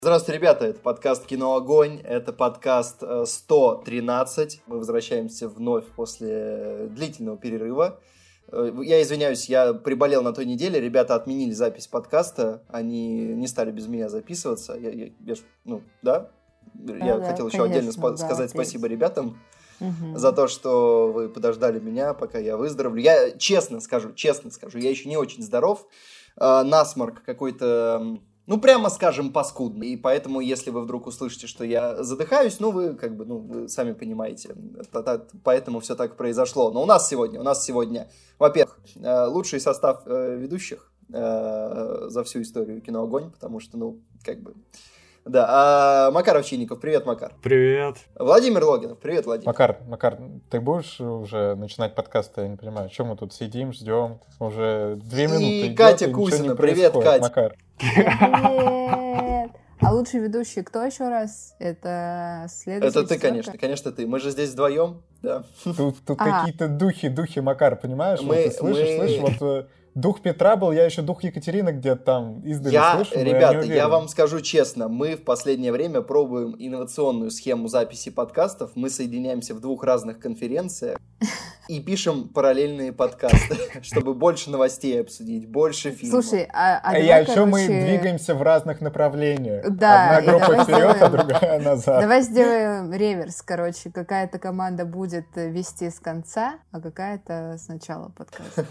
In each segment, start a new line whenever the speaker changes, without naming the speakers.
Здравствуйте, ребята, это подкаст «Кино Огонь», это подкаст 113. Мы возвращаемся вновь после длительного перерыва. Я извиняюсь, я приболел на той неделе, ребята отменили запись подкаста, они не стали без меня записываться. Я хотел еще отдельно сказать спасибо ребятам за то, что вы подождали меня, пока я выздоровлю. Я честно скажу, я еще не очень здоров. Насморк какой-то... прямо скажем, паскудный. И поэтому, если вы вдруг услышите, что я задыхаюсь, вы сами понимаете. Поэтому все так произошло. Но у нас сегодня, во-первых, лучший состав ведущих за всю историю «Кино Огонь», потому что, Да, Макар Овчинников. Привет, Макар.
Привет.
Владимир Логинов. Привет, Владимир.
Макар, ты будешь уже начинать подкаст? Я не понимаю, чем мы тут сидим, ждем? Уже 2 минуты
идет, Катя Кузина. Привет, Катя.
Макар.
Привет. А лучший ведущий кто еще раз? Это следующий.
Это ты, конечно, ты. Мы же здесь вдвоем, да.
Тут какие-то духи, Макар, понимаешь? Ты слышишь, вот... Дух Петра был, я еще дух Екатерины где-то там издали слышу.
Ребята, я вам скажу честно, мы в последнее время пробуем инновационную схему записи подкастов. Мы соединяемся в 2 разных конференциях и пишем параллельные подкасты, чтобы больше новостей обсудить, больше фильмов.
Слушай,
еще мы двигаемся в разных направлениях.
Да,
одна группа вперед, а другая назад.
Давай сделаем реверс, какая-то команда будет вести с конца, а какая-то с начала подкаста.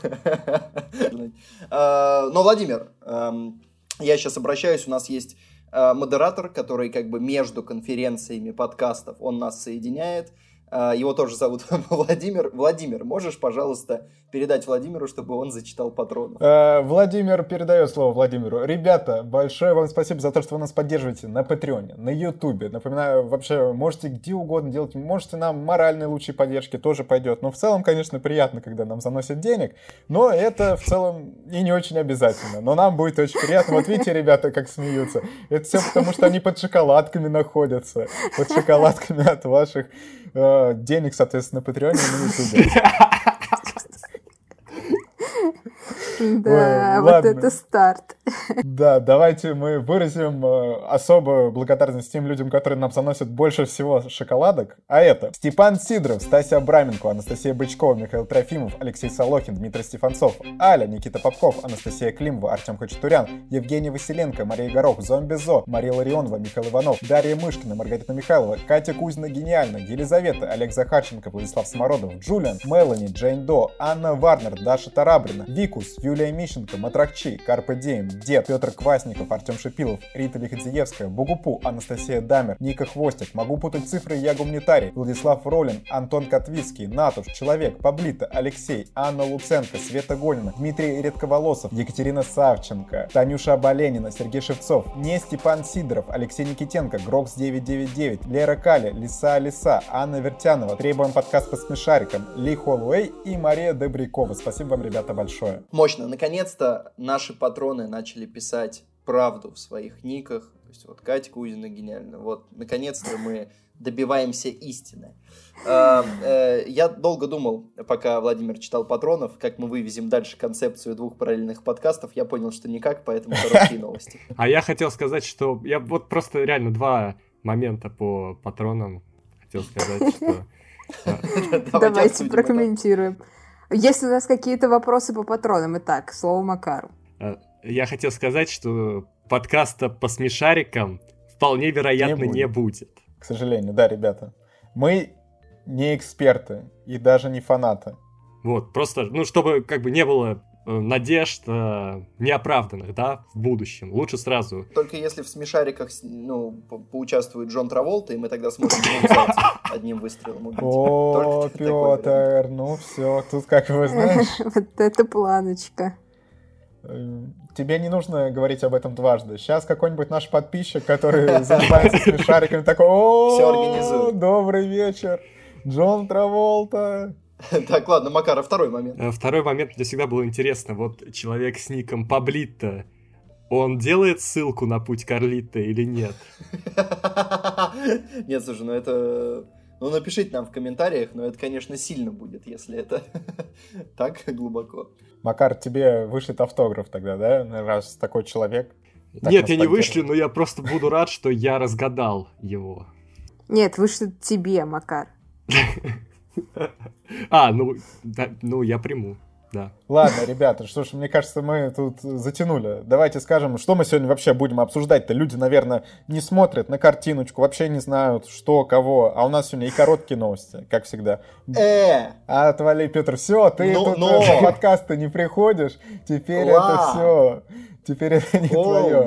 Но, Владимир, я сейчас обращаюсь, у нас есть модератор, который между конференциями подкастов, он нас соединяет. Его тоже зовут Владимир. Владимир, можешь, пожалуйста, передать Владимиру, чтобы он зачитал патронов?
Владимир передает слово Владимиру. Ребята, большое вам спасибо за то, что вы нас поддерживаете на Патреоне, на Ютубе. Напоминаю, вообще, можете где угодно делать. Можете нам моральные лучшие поддержки, тоже пойдет. Но в целом, конечно, приятно, когда нам заносят денег. Но это в целом и не очень обязательно. Но нам будет очень приятно. Вот видите, ребята, как смеются. Это все потому, что они под шоколадками находятся. Под шоколадками от ваших... денег, соответственно, на Патреоне и на Ютубе.
Да, вот это старт.
Да, давайте мы выразим особую благодарность тем людям, которые нам заносят больше всего шоколадок. А это Степан Сидоров, Стасия Абраменко, Анастасия Бычкова, Михаил Трофимов, Алексей Солохин, Дмитрий Стефанцов, Аля, Никита Попков, Анастасия Климова, Артем Хачатурян, Евгений Василенко, Мария Горох, Зомби Зо, Мария Ларионова, Михаил Иванов, Дарья Мышкина, Маргарита Михайлова, Катя Кузина Гениальна, Елизавета, Олег Захарченко, Владислав Смородов, Джулиан, Мелани, Джейн До, Анна Варнер, Даша Тарабрина, Викус, Юлия Мищенко, Матракчи, Карпе Дием, Дед, Петр Квасников, Артем Шипилов, Рита Лихотзиевская, Бугупу, Анастасия Дамер, Ника Хвостик, Могу путать цифры, я гуманитарий, Владислав Ролин, Антон Котвицкий, Натуш, Человек, Паблита, Алексей, Анна Луценко, Света Гонина, Дмитрий Редковолосов, Екатерина Савченко, Танюша Абаленина, Сергей Шевцов, Не Степан Сидоров, Алексей Никитенко, Грокс 999, Лера Каля, Лиса, Анна Вертянова, Требуем подкаст по смешарикам, Ли Холлуэй и Мария Добрякова. Спасибо вам, ребята, большое.
Мощно. Наконец-то наши патроны начали писать правду в своих никах. То есть вот Катя Кузина гениально. Вот, наконец-то мы добиваемся истины. Я долго думал, пока Владимир читал патронов, как мы вывезем дальше концепцию 2 параллельных подкастов. Я понял, что никак, поэтому короткие новости.
А я хотел сказать, что я вот просто реально 2 момента по патронам хотел сказать, что...
Давайте прокомментируем. Есть у нас какие-то вопросы по патронам? Итак, слово Макару.
Я хотел сказать, что подкаста по смешарикам вполне вероятно не будет.
К сожалению, да, ребята. Мы не эксперты и даже не фанаты.
Вот, просто, чтобы не было надежд неоправданных, да, в будущем. Лучше сразу.
Только если в смешариках, поучаствует Джон Траволта, и мы тогда сможем его одним выстрелом убить.
О, Пётр, все, тут, как вы знаешь...
Вот это планочка.
Тебе не нужно говорить об этом дважды. Сейчас какой-нибудь наш подписчик, который занимается смешариками, такой: о, добрый вечер, Джон Траволта.
Так, ладно, Макар, второй момент.
Второй момент, мне всегда было интересно. Вот человек с ником Паблитто, он делает ссылку на путь Карлитто или нет?
Нет, слушай, это... напишите нам в комментариях, но это, конечно, сильно будет, если это так глубоко.
Макар, тебе вышлет автограф тогда, да? Раз такой человек.
Нет, я не вышлю, но я просто буду рад, что я разгадал его.
Нет, вышлют тебе, Макар.
Ну, я приму, да.
Ладно, ребята, что ж, мне кажется, мы тут затянули. Давайте скажем, что мы сегодня вообще будем обсуждать-то. Люди, наверное, не смотрят на картиночку, вообще не знают, что, кого. А у нас сегодня и короткие новости, как всегда. Отвали, Петр, все, ты тут в подкаст не приходишь. Теперь это все. Теперь это не твое.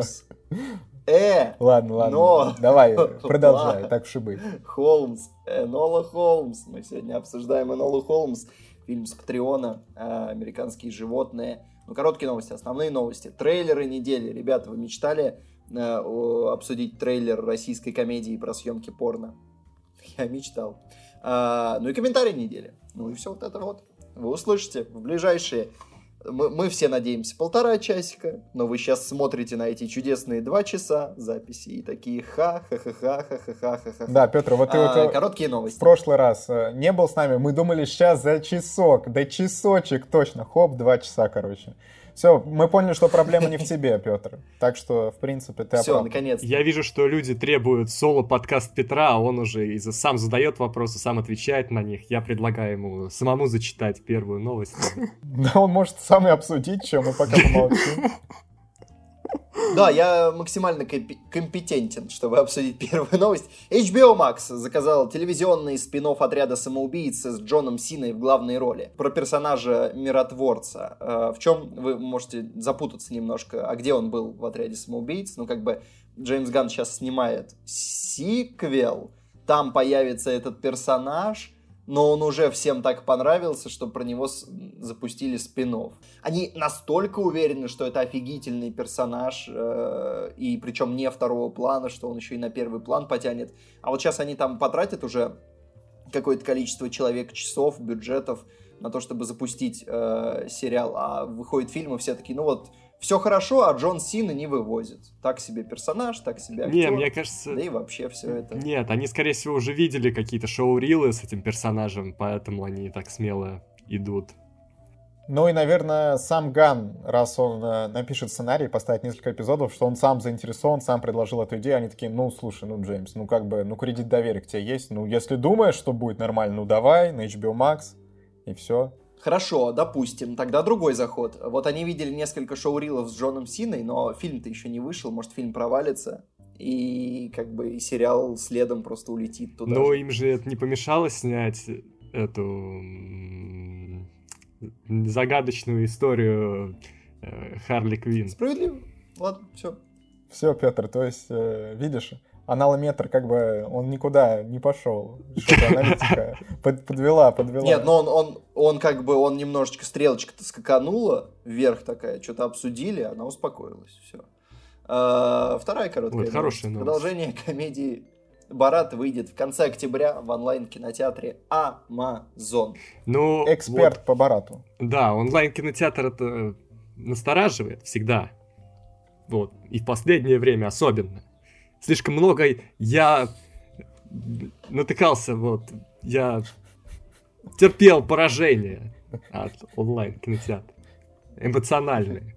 Ладно, давай, продолжай, так уж и быть.
Холмс, Энола Холмс. Мы сегодня обсуждаем Энолу Холмс, фильм с Патреона, американские животные. Ну, короткие новости, основные новости. Трейлеры недели. Ребята, вы мечтали обсудить трейлер российской комедии про съемки порно? Я мечтал. Ну и комментарий недели. Ну и все вот это вот. Вы услышите в ближайшие... Мы все надеемся 1,5 часика, но вы сейчас смотрите на эти чудесные 2 часа записи и такие ха-ха-ха-ха-ха-ха-ха-ха.
Да, Петр, вот ты
короткие новости.
В прошлый раз не был с нами, мы думали сейчас за часок, да часочек точно, хоп, 2 часа, короче. Все, мы поняли, что проблема не в тебе, Петр. Так что, в принципе, ты
все, наконец-то.
Я вижу, что люди требуют соло-подкаст Петра, а он уже сам задает вопросы, сам отвечает на них. Я предлагаю ему самому зачитать первую новость.
Да, он может сам и обсудить, что мы пока помолчим.
Да, я максимально компетентен, чтобы обсудить первую новость. HBO Max заказал телевизионный спин-офф «Отряда самоубийц» с Джоном Синой в главной роли. Про персонажа миротворца. В чем вы можете запутаться немножко. А где он был в «Отряде самоубийц»? Ну, как бы Джеймс Ганн сейчас снимает сиквел. Там появится этот персонаж, но он уже всем так понравился, что про него запустили спин-офф. Они настолько уверены, что это офигительный персонаж, и причем не второго плана, что он еще и на первый план потянет. А вот сейчас они там потратят уже какое-то количество человек-часов, бюджетов на то, чтобы запустить сериал. А выходит фильм, и все такие, ну вот, все хорошо, а Джон Сина не вывозит. Так себе персонаж, так себе актер.
Не, мне кажется...
Да и вообще все это.
Нет, они, скорее всего, уже видели какие-то шоу-рилы с этим персонажем, поэтому они так смело идут.
Ну и, наверное, сам Ганн, раз он напишет сценарий, поставит несколько эпизодов, что он сам заинтересован, сам предложил эту идею, они такие, ну, слушай, ну, Джеймс, ну, как бы, ну, кредит доверия к тебе есть, ну, если думаешь, что будет нормально, ну, давай, на HBO Max, и все.
Хорошо, допустим, тогда другой заход. Вот они видели несколько шоу-рилов с Джоном Синой, но фильм-то еще не вышел, может, фильм провалится, и как бы сериал следом просто улетит туда.
Но
же.
им же это не помешало снять эту загадочную историю Харли Квинн.
Справедливо. Ладно, все.
Все, Петр, то есть, видишь, аналометр как бы, он никуда не пошел. Что-то аналитика подвела.
Нет, но он как бы, он немножечко, стрелочка-то скаканула вверх такая, что-то обсудили, она успокоилась, все. Вторая короткая новость. Продолжение комедии «Борат» выйдет в конце октября в онлайн-кинотеатре Amazon.
Ну,
эксперт
вот,
по Борату.
Да, онлайн-кинотеатр это настораживает всегда. Вот. И в последнее время особенно. Слишком много я натыкался, вот. Я терпел поражение от онлайн-кинотеатра. Эмоциональные.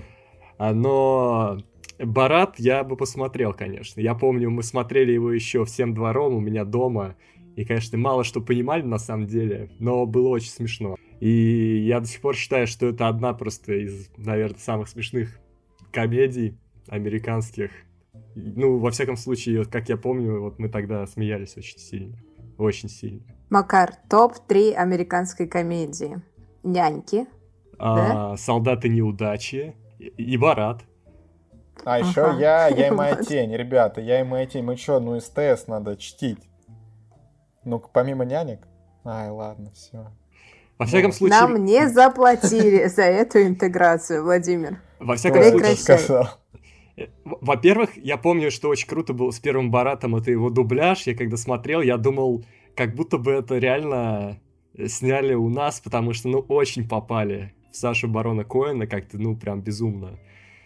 Но «Борат» я бы посмотрел, конечно. Я помню, мы смотрели его еще всем двором у меня дома. И, конечно, мало что понимали на самом деле, но было очень смешно. И я до сих пор считаю, что это одна просто из, наверное, самых смешных комедий американских. Ну, во всяком случае, вот, как я помню, вот мы тогда смеялись очень сильно. Очень сильно.
Макар, топ-3 американской комедии. «Няньки». Да?
«Солдаты неудачи» и «Борат».
А еще я и моя тень, ребята, я и моя тень. Мы что, ну СТС надо чтить. Ну, помимо нянек? Ай, ладно, все.
Во всяком случае...
Нам не заплатили за эту интеграцию, Владимир.
Во всяком случае... Во-первых, я помню, что очень круто было с первым «Боратом», это его дубляж. Я когда смотрел, я думал, как будто бы это реально сняли у нас, потому что, ну, очень попали в Сашу Барона Коэна как-то, ну, прям безумно.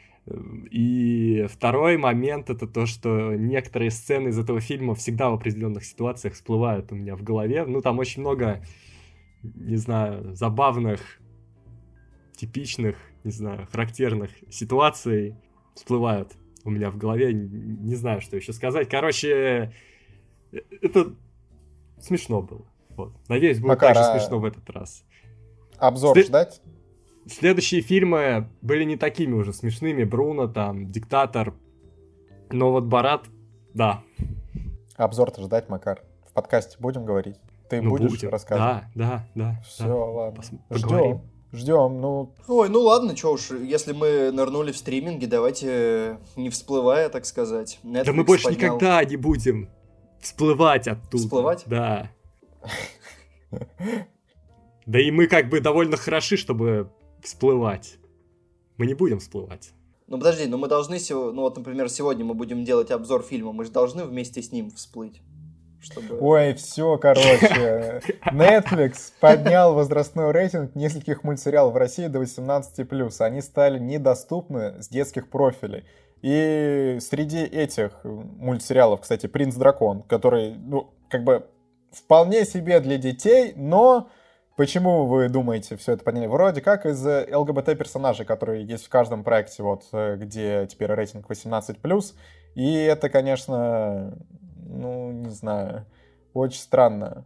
И второй момент — это то, что некоторые сцены из этого фильма всегда в определенных ситуациях всплывают у меня в голове. Ну, там очень много, не знаю, забавных, типичных, не знаю, характерных ситуаций всплывают. у меня в голове, не знаю, что еще сказать. Короче, это смешно было. Вот. Надеюсь, будет так же смешно в этот раз.
Обзор ждать?
Следующие фильмы были не такими уже смешными. Бруно, там, Диктатор. Но вот Борат, да.
Обзор-то ждать, Макар. В подкасте будем говорить? Ты будешь рассказывать?
Да.
Все,
да.
Ладно.
Поговорим.
Ждем, ну...
Ой, ну ладно, что уж, если мы нырнули в стриминге, давайте не всплывая, так сказать. Netflix
да мы больше никогда не будем всплывать оттуда.
Всплывать?
Да. Да и мы как бы довольно хороши, чтобы всплывать. Мы не будем всплывать.
Ну подожди, но мы должны, ну вот, например, сегодня мы будем делать обзор фильма, мы же должны вместе с ним всплыть. Чтобы...
Ой, все, короче. Netflix поднял возрастной рейтинг нескольких мультсериалов в России до 18+. Они стали недоступны с детских профилей. И среди этих мультсериалов, кстати, «Принц Дракон», который, ну, как бы вполне себе для детей, но почему вы думаете все это подняли? Вроде как из-за ЛГБТ-персонажей, которые есть в каждом проекте, вот, где теперь рейтинг 18+. И это, конечно... Ну, не знаю. Очень странно.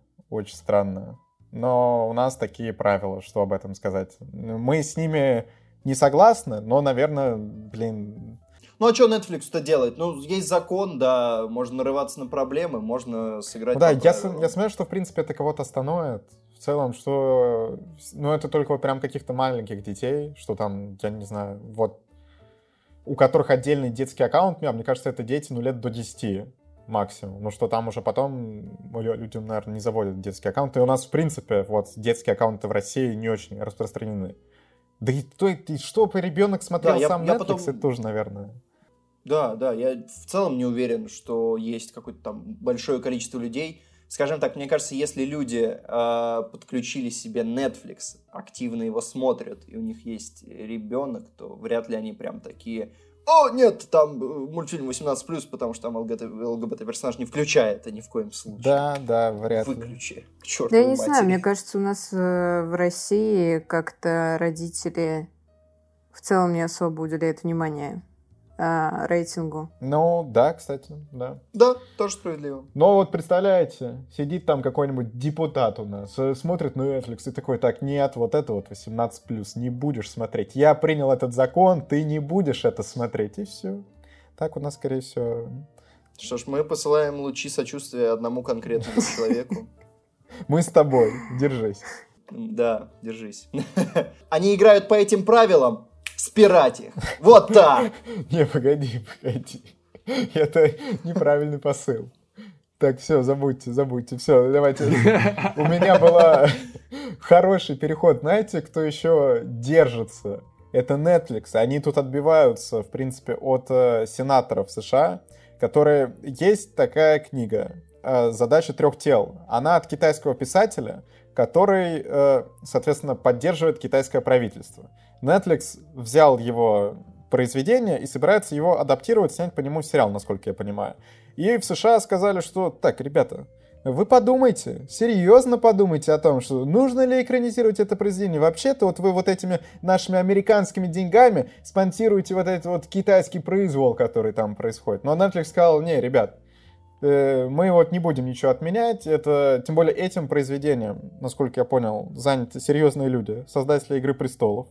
Но у нас такие правила, что об этом сказать. Мы с ними не согласны, но, наверное, блин...
Ну, а что Netflix-то делает? Ну, есть закон, да, можно нарываться на проблемы, можно сыграть...
Да, я смотрю, что, в принципе, это кого-то остановит. В целом, что... Ну, это только вот прям каких-то маленьких детей, что там, я не знаю, вот... У которых отдельный детский аккаунт, мне кажется, это дети, лет до 10. Максимум. Ну, что там уже потом людям, наверное, не заводят детские аккаунты. И у нас, в принципе, вот детские аккаунты в России не очень распространены. Да и что ребенок смотрел сам Netflix, потом... это тоже, наверное.
Да, я в целом не уверен, что есть какое-то там большое количество людей. Скажем так, мне кажется, если люди подключили себе Netflix, активно его смотрят, и у них есть ребенок, то вряд ли они прям такие... О, нет, там мультфильм 18+, потому что там ЛГБТ-персонаж не включает, а ни в коем случае.
Да, вряд ли.
Выключи, к чертовой
Да я не
матери.
знаю, мне кажется, у нас в России как-то родители в целом не особо уделяют внимание рейтингу.
Ну, да, кстати, да.
Да, тоже справедливо.
Но вот представляете, сидит там какой-нибудь депутат у нас, смотрит на Netflix и такой, так, нет, вот это вот 18+, не будешь смотреть. Я принял этот закон, ты не будешь это смотреть, и все. Так у нас, скорее всего...
Что ж, мы посылаем лучи сочувствия одному конкретному человеку.
Мы с тобой, держись.
Да, держись. Они играют по этим правилам. Спирать их. Вот так.
Не, погоди. Это неправильный посыл. Так, все, забудьте. Все, давайте. У меня был хороший переход. Знаете, кто еще держится? Это Netflix. Они тут отбиваются, в принципе, от сенаторов США, которые... Есть такая книга «Задача 3 тел». Она от китайского писателя, который, соответственно, поддерживает китайское правительство. Netflix взял его произведение и собирается его адаптировать, снять по нему сериал, насколько я понимаю. И в США сказали, что так, ребята, вы подумайте, серьезно подумайте о том, что нужно ли экранизировать это произведение. Вообще-то вот вы вот этими нашими американскими деньгами спонсируете вот этот вот китайский произвол, который там происходит. Но Netflix сказал, не, ребят, мы вот не будем ничего отменять, это, тем более этим произведением, насколько я понял, заняты серьезные люди, создатели «Игры престолов».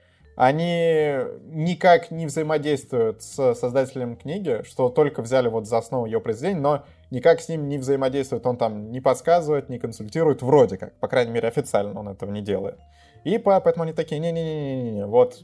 Они никак не взаимодействуют с создателем книги, что только взяли вот за основу ее произведения, но никак с ним не взаимодействует, он там не подсказывает, не консультирует, вроде как, по крайней мере официально он этого не делает. И поэтому они такие, не-не-не, вот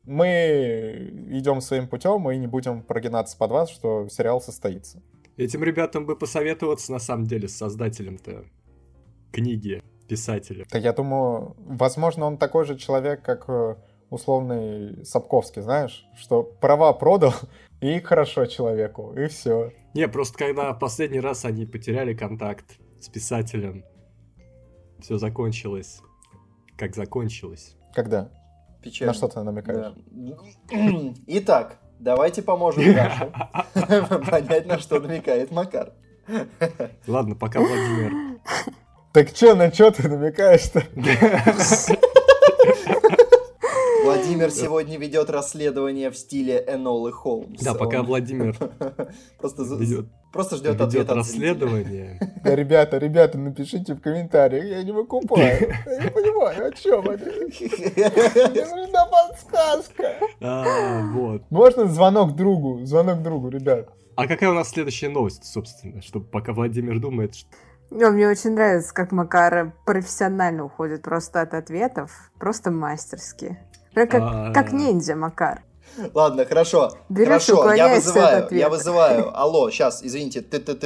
мы идем своим путем и не будем прогинаться под вас, что сериал состоится.
Этим ребятам бы посоветоваться, на самом деле, с создателем-то книги, писателем.
Да я думаю, возможно, он такой же человек, как условный Сапковский, знаешь, что права продал, и хорошо человеку, и все.
Не, просто когда последний раз они потеряли контакт с писателем, все закончилось, как закончилось.
Когда?
Печально.
На что ты намекаешь?
Да. Итак, давайте поможем Даше понять, на что намекает Макар.
Ладно, пока Владимир.
Так чё, на чё ты намекаешь-то?
Владимир сегодня ведет расследование в стиле Энолы Холмс.
Да, пока Владимир
просто ждет ответа от
расследование.
Да, ребята, напишите в комментариях, я не выкупаю. Я не понимаю, о чем это. Мне нужна подсказка.
Вот.
Можно звонок другу, ребят.
А какая у нас следующая новость, собственно, чтобы пока Владимир думает, что...
Мне очень нравится, как Макар профессионально уходит просто от ответов, просто мастерски. Прям как ниндзя, Макар.
Ладно, хорошо.
Берешь и
Хорошо,
уклоняешься от ответа.
я вызываю. Алло, сейчас, извините.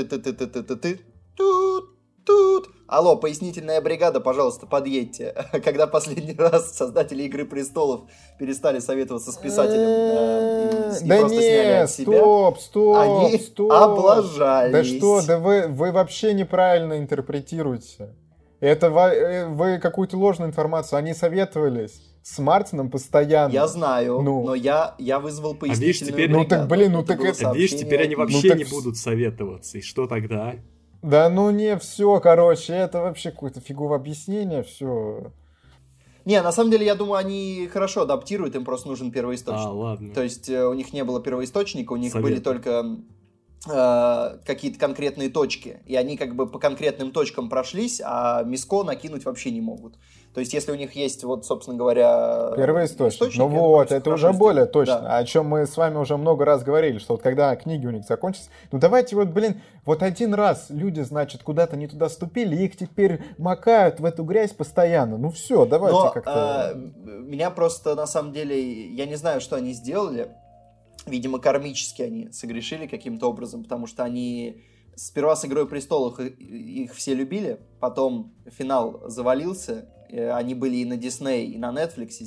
Тут. Алло, пояснительная бригада, пожалуйста, подъедьте. Когда последний раз создатели «Игры престолов» перестали советоваться с писателем и
Да
просто сняли от себя,
стоп,
они облажались.
Да что, да вы вообще неправильно интерпретируете. Это вы какую-то ложную информацию. Они советовались с Мартином постоянно.
Я знаю, но я вызвал пояснительную
теперь...
бригаду.
Видишь, теперь они вообще не будут советоваться. И что тогда?
Да не, все, короче, это вообще какое-то фиговое объяснение, все.
Не, на самом деле, я думаю, они хорошо адаптируют, им просто нужен первоисточник.
Ладно.
То есть у них не было первоисточника, у них были только какие-то конкретные точки. И они как бы по конкретным точкам прошлись, а Миско накинуть вообще не могут. То есть, если у них есть, вот, собственно говоря...
Первоисточник. Ну вот, это уже более точно. Да. О чем мы с вами уже много раз говорили, что вот когда книги у них закончатся, ну давайте вот, вот один раз люди, значит, куда-то не туда ступили, и их теперь макают в эту грязь постоянно. Ну все, давайте как-то...
Меня просто, на самом деле, я не знаю, что они сделали. Видимо, кармически они согрешили каким-то образом, потому что они... Сперва с «Игрой престолов» их все любили, потом финал завалился, они были и на Disney, и на Netflix, с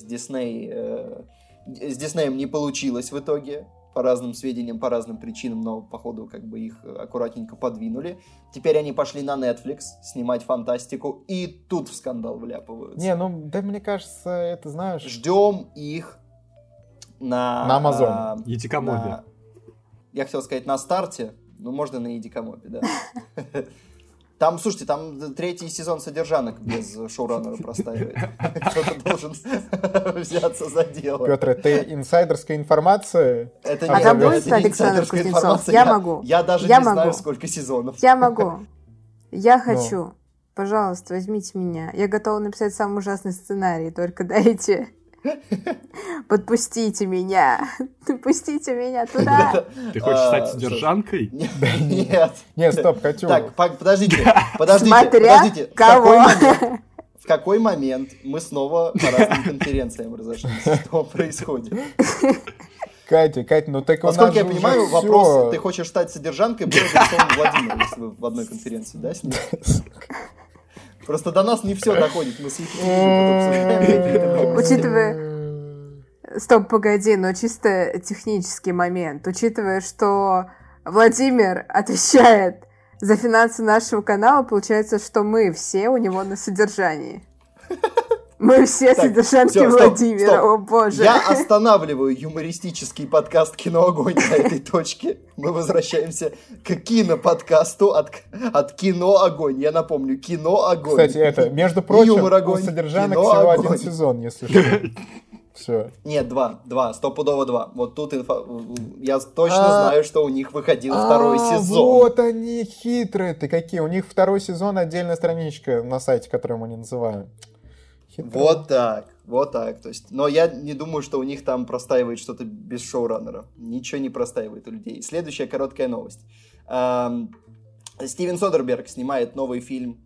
Диснеем не получилось в итоге, по разным сведениям, по разным причинам, но, походу, как бы их аккуратненько подвинули. Теперь они пошли на Netflix снимать фантастику, и тут в скандал вляпываются.
Не, ну, да, мне кажется, это, знаешь...
Ждем их на
Амазоне.
Едикомобе.
Я хотел сказать, на старте. Ну, можно на Едикомобе, да. Там, слушайте, там 3-й сезон «Содержанок» без шоураннера простаивает. Кто-то должен взяться за дело.
Петр, это инсайдерская информация?
Это
не там будет Александр Кузнецов? Я могу.
Я даже не знаю, сколько сезонов.
Я могу. Я хочу. Пожалуйста, возьмите меня. Я готова написать самый ужасный сценарий, только дайте... Подпустите меня. Пустите меня туда.
Ты хочешь стать содержанкой?
Нет.
Нет, стоп, хочу.
Так, подождите.
Смотря кого.
В какой момент мы снова по разным конференциям разошлись? Что происходит?
Катя, ну так у нас
насколько я понимаю, вопрос, ты хочешь стать содержанкой, был адресован Владимиру, если вы в одной конференции, да, с ним? Просто до нас не все доходит, мы с Екатериной
Учитывая... Стоп, погоди, но чисто технический момент. Учитывая, что Владимир отвечает за финансы нашего канала, получается, что мы все у него на содержании. Мы все содержанки Владимира, о боже.
Я останавливаю юмористический подкаст «Киноогонь» на этой точке. Мы возвращаемся к киноподкасту от «Киноогонь». Я напомню, «Киноогонь».
Кстати, это, между прочим, у «Содержанок» всего один сезон, если что. Все.
Нет, два, стопудово 2. Вот тут я точно знаю, что у них выходил второй сезон.
Вот они хитрые-то какие. У них второй сезон, отдельная страничка на сайте, которую мы не называем.
Вот так. То есть, но я не думаю, что у них там простаивает что-то без шоураннера. Ничего не простаивает у людей. Следующая короткая новость. Стивен Содерберг снимает новый фильм,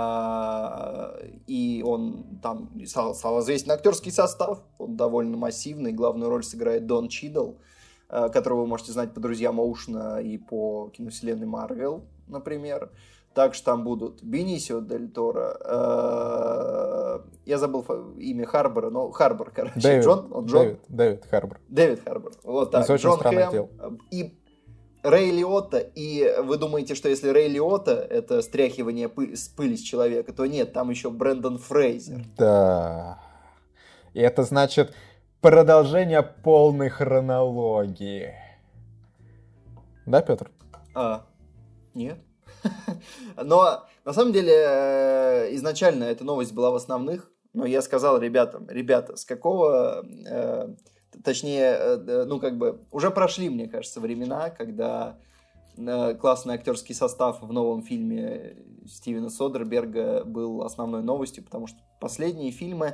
и он там стал известен актерский состав. Он довольно массивный. Главную роль сыграет Дон Чидл, которого вы можете знать по «Друзьям Оушена» и по киновселенной Марвел, например. Также там будут Бенисио Дель Торо, я забыл имя Харбора, но Харбор, короче.
Дэвид Харбор.
Дэвид Харбор. Вот так. Джон Хэм и Рэй Лиотта. И вы думаете, что если Рэй Лиотта это стряхивание пыли с человека, то нет, там еще Брэндон Фрейзер.
Да. И это значит продолжение полной хронологии. Да, Петр?
Нет. Но, на самом деле, изначально эта новость была в основных Но я сказал ребятам, ребята, с какого... Точнее, ну, как бы, уже прошли, мне кажется, времена, когда классный актерский состав в новом фильме Стивена Содерберга был основной новостью, потому что последние фильмы...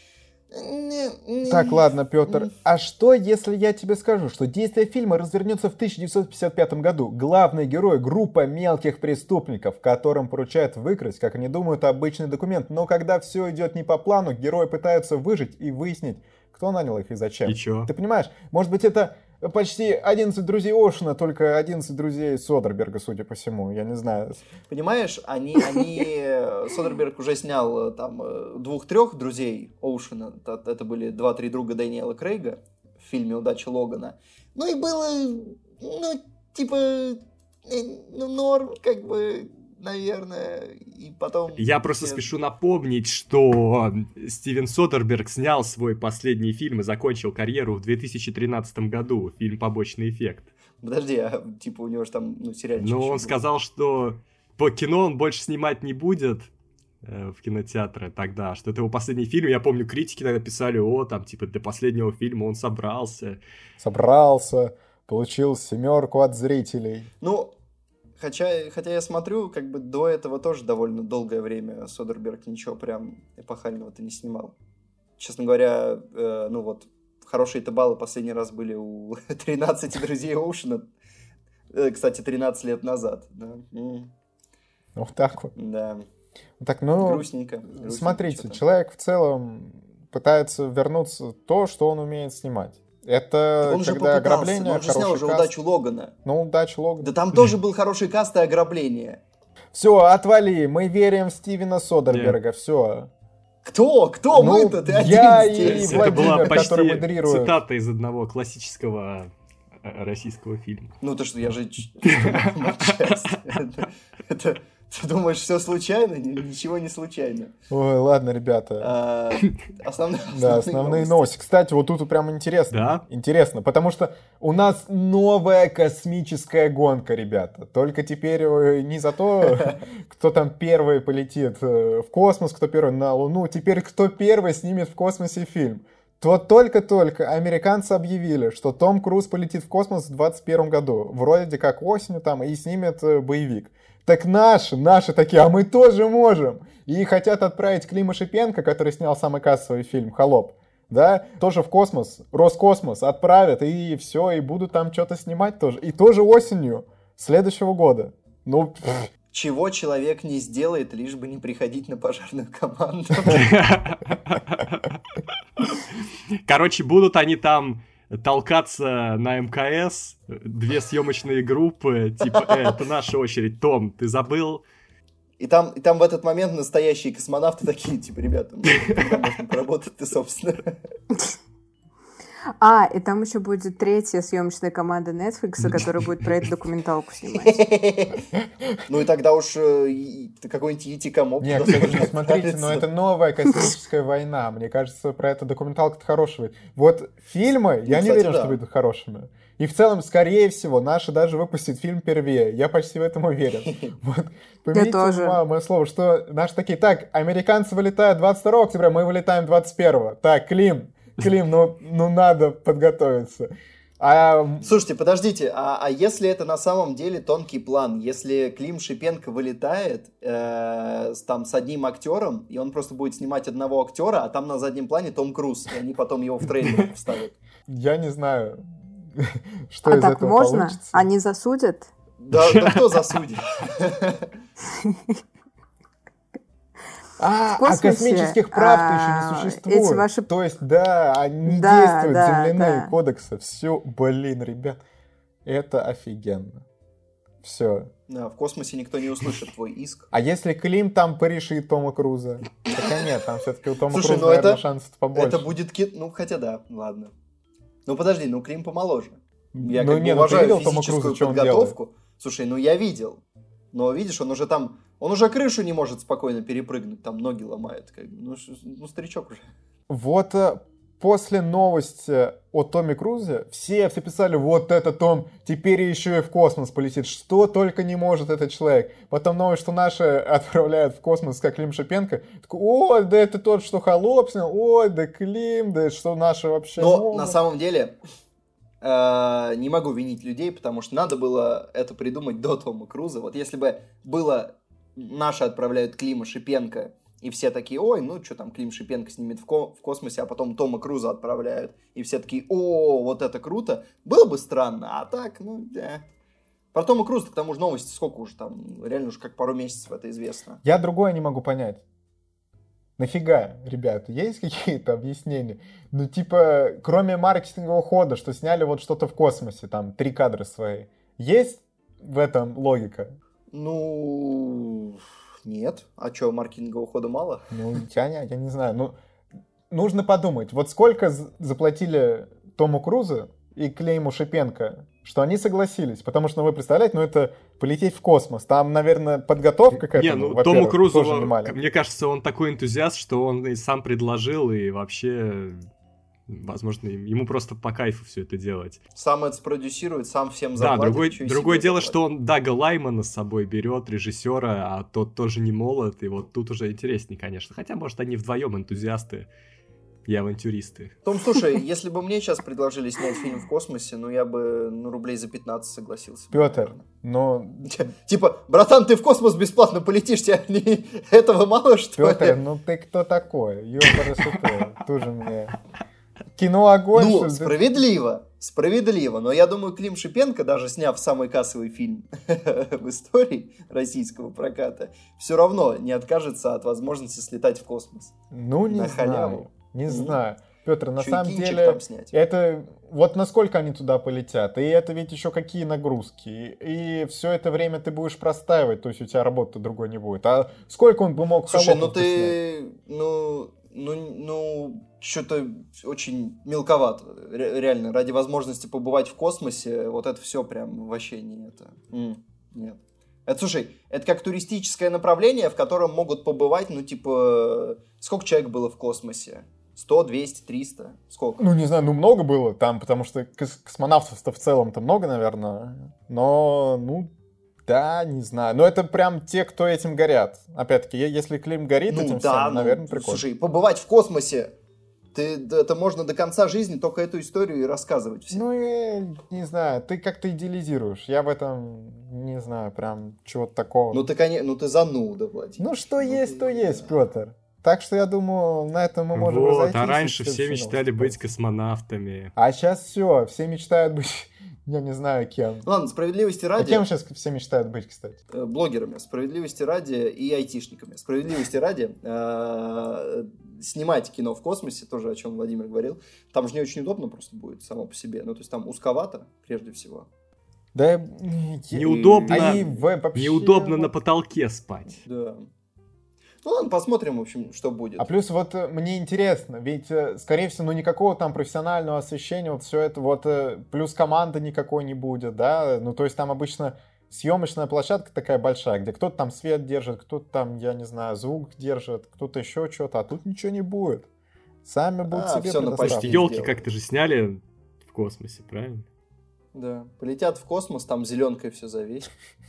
Так, ладно, Петр, а что, если я тебе скажу, что действие фильма развернется в 1955 году? Главный герой — группа мелких преступников, которым поручают выкрасть, как они думают, обычный документ. Но когда все идет не по плану, герои пытаются выжить и выяснить, кто нанял их и зачем.
И чё?
Ты понимаешь, может быть, это почти 11 друзей Оушена, только 11 друзей Содерберга, судя по всему, я не знаю.
Понимаешь, Содерберг уже снял там 2-3 друзей Оушена, это были 2-3 друга Дэниела Крейга в фильме «Удача Логана». Ну и было, ну, типа, ну, норм, как бы... Наверное, и потом...
Я просто спешу напомнить, что Стивен Содерберг снял свой последний фильм и закончил карьеру в 2013 году, фильм «Побочный эффект».
Подожди, а типа у него же там, ну, сериальчик.
Но он сказал, что по кино он больше снимать не будет в кинотеатре тогда, что это его последний фильм. Я помню, критики тогда писали, там, типа, для последнего фильма он собрался.
Получил 7 от зрителей.
Ну... Хотя я смотрю, как бы до этого тоже довольно долгое время Содерберг ничего прям эпохального-то не снимал. Честно говоря, ну вот, хорошие-то баллы последний раз были у 13 друзей Оушена. Кстати, 13 лет назад. Да.
Вот так вот.
Да.
Так, ну,
грустненько
смотрите,
что-то.
Человек в целом пытается вернуться в то, что он умеет снимать. Это
он
когда ограбление,
он же снял уже
каст.
«Удачу Логана».
Ну, «Удачу Логана».
Да там тоже был хороший каст и ограбление.
Все, отвали, мы верим в Стивена Содерберга, все.
Кто?
Ну,
мы-то? Ты
я
один
и
здесь.
Это была
Владимир,
почти
который модерирует.
цитата из одного классического российского фильма.
Ну ты что, я же... Ты думаешь, все случайно? Ничего не случайно.
Ой, ладно, ребята. Основные новости. Кстати, вот тут прям интересно.
Да?
Интересно, потому что у нас новая космическая гонка, ребята. Только теперь не за то, кто там первый полетит в космос, кто первый на Луну. Теперь кто первый снимет в космосе фильм. То только-только американцы объявили, что Том Круз полетит в космос в 2021 году. Вроде как осенью там и снимет боевик. Так наши такие, а мы тоже можем. И хотят отправить Клима Шипенко, который снял самый кассовый фильм «Холоп», да, тоже в космос, Роскосмос отправят, и все, и будут там что-то снимать тоже. И тоже осенью следующего года. Ну,
чего человек не сделает, лишь бы не приходить на пожарную команду.
Короче, будут они там толкаться на МКС, 2 съемочные группы, типа, это наша очередь, Том, ты забыл?
И там в этот момент настоящие космонавты такие, типа, ребята, когда можно поработать-то, собственно.
И там еще будет 3-я съемочная команда Netflix, которая будет про эту документалку снимать.
Ну и тогда уж какой-нибудь Итикомоп.
Нет, смотрите, но это новая космическая война. Мне кажется, про эту документалку-то хорошая. Вот фильмы, я не уверен, что будут хорошими. И в целом, скорее всего, наши даже выпустят фильм первее. Я почти в этом уверен. Вот. Помните мое слово, что наши такие, так, американцы вылетают 22 октября, мы вылетаем 21. Так, Клим, ну надо подготовиться.
Слушайте, подождите, а если это на самом деле тонкий план? Если Клим Шипенко вылетает там с одним актером, и он просто будет снимать одного актера, а там на заднем плане Том Круз, и они потом его в трейлер вставят?
Я не знаю, что из этого
можно?
получится.
Они засудят?
Да кто засудит?
Космических прав-то еще не существует. То есть, да, не действуют земляные кодексы. Все, ребят, это офигенно. Все.
Да, в космосе никто не услышит твой иск.
А если Клим там порешит Тома Круза? Хотя нет, там все-таки у Тома Круза, наверное, шансов побольше.
Это будет ну, хотя да, ладно. Ну, подожди, Клим помоложе. Я
уважаю
физическую подготовку. Слушай, я видел. Но видишь, он уже крышу не может спокойно перепрыгнуть, там ноги ломает. Ну, старичок уже.
Вот после новости о Томе Крузе все писали, вот это Том, теперь еще и в космос полетит. Что только не может этот человек. Потом новость, что наши отправляют в космос, как Клим Шипенко. Такой, о, да это тот, что Холоп снял. Ой, да Клим, да что наши вообще
Но
могут.
на самом деле не могу винить людей, потому что надо было это придумать до Тома Круза. Вот если бы было наши отправляют Клима Шипенко, и все такие, ой, ну что там Клим Шипенко снимет в космосе, а потом Тома Круза отправляют. И все такие, о, вот это круто. Было бы странно, а так, ну, да. Про Тома Круза, к тому же, новости сколько уже там, реально уже как пару месяцев это известно.
Я другое не могу понять. Нафига, ребята, есть какие-то объяснения? Ну, типа, кроме маркетингового хода, что сняли вот что-то в космосе, там, 3 кадра свои. Есть в этом логика?
Ну... Нет. А что, маркетингового хода мало?
Ну, я не знаю. Ну, нужно подумать. Вот сколько заплатили Тому Крузу и Клейму Шипенко, что они согласились. Потому что, ну, вы представляете, ну, это полететь в космос. Там, наверное, подготовка какая-то.
Не, ну, Тому Крузу, мне кажется, он такой энтузиаст, что он и сам предложил, и вообще... Возможно, ему просто по кайфу все это делать.
Сам это спродюсирует, сам всем заплатит.
Да, другое дело, что он Дага Лаймана с собой берет, режиссера, а тот тоже не молод, и вот тут уже интереснее, конечно. Хотя, может, они вдвоем энтузиасты и авантюристы.
Том, слушай, если бы мне сейчас предложили снять фильм в космосе, ну, я бы, рублей за 15 согласился.
Петр, ну...
Типа, братан, ты в космос бесплатно полетишь, тебе этого мало, что ли?
Петр, ну ты кто такой? Ёпарасоте, тоже мне... Кино огонь.
Ну, справедливо. Но я думаю, Клим Шипенко, даже сняв самый кассовый фильм в истории российского проката, все равно не откажется от возможности слетать в космос.
Ну, не знаю. Не знаю. Петр, на самом деле, это вот насколько они туда полетят, и это ведь еще какие нагрузки, и все это время ты будешь простаивать, то есть у тебя работы другой не будет. А сколько он бы мог
Слушай, что-то очень мелковато. Реально, ради возможности побывать в космосе, вот это все прям вообще не это. Нет. Это, слушай, это как туристическое направление, в котором могут побывать, ну, типа, сколько человек было в космосе? 100, 200, 300? Сколько?
Ну, не знаю, ну, много было там, потому что космонавтов-то в целом-то много, наверное. Но, ну, да, не знаю. Но это прям те, кто этим горят. Опять-таки, если Клим горит этим всем, наверное, прикольно.
Слушай, побывать в космосе, это можно до конца жизни только эту историю и рассказывать всем.
Ну, я не знаю, ты как-то идеализируешь. Я в этом не знаю, прям чего-то такого.
Ну, ты зануда, Владимир.
Ну, что есть, то есть, Петр. Так что я думаю, на этом мы можем разойтись.
А раньше все мечтали быть космонавтами.
А сейчас все мечтают быть, я не знаю кем.
Ладно, справедливости ради...
А кем сейчас все мечтают быть, кстати?
Блогерами, справедливости ради и айтишниками. Справедливости ради снимать кино в космосе, тоже о чем Владимир говорил. Там же не очень удобно просто будет само по себе. Ну, то есть там узковато, прежде всего.
Да,
неудобно на потолке спать.
Да. Ну ладно, посмотрим, в общем, что будет.
А плюс вот мне интересно, ведь, скорее всего, ну никакого там профессионального освещения, вот все это, вот плюс команды никакой не будет, да, ну то есть там обычно съемочная площадка такая большая, где кто-то там свет держит, кто-то там, я не знаю, звук держит, кто-то еще что-то, а тут ничего не будет. Сами будут себе предоставить.
Елки как-то же сняли в космосе, правильно?
Да, полетят в космос, там зеленкой все завесит.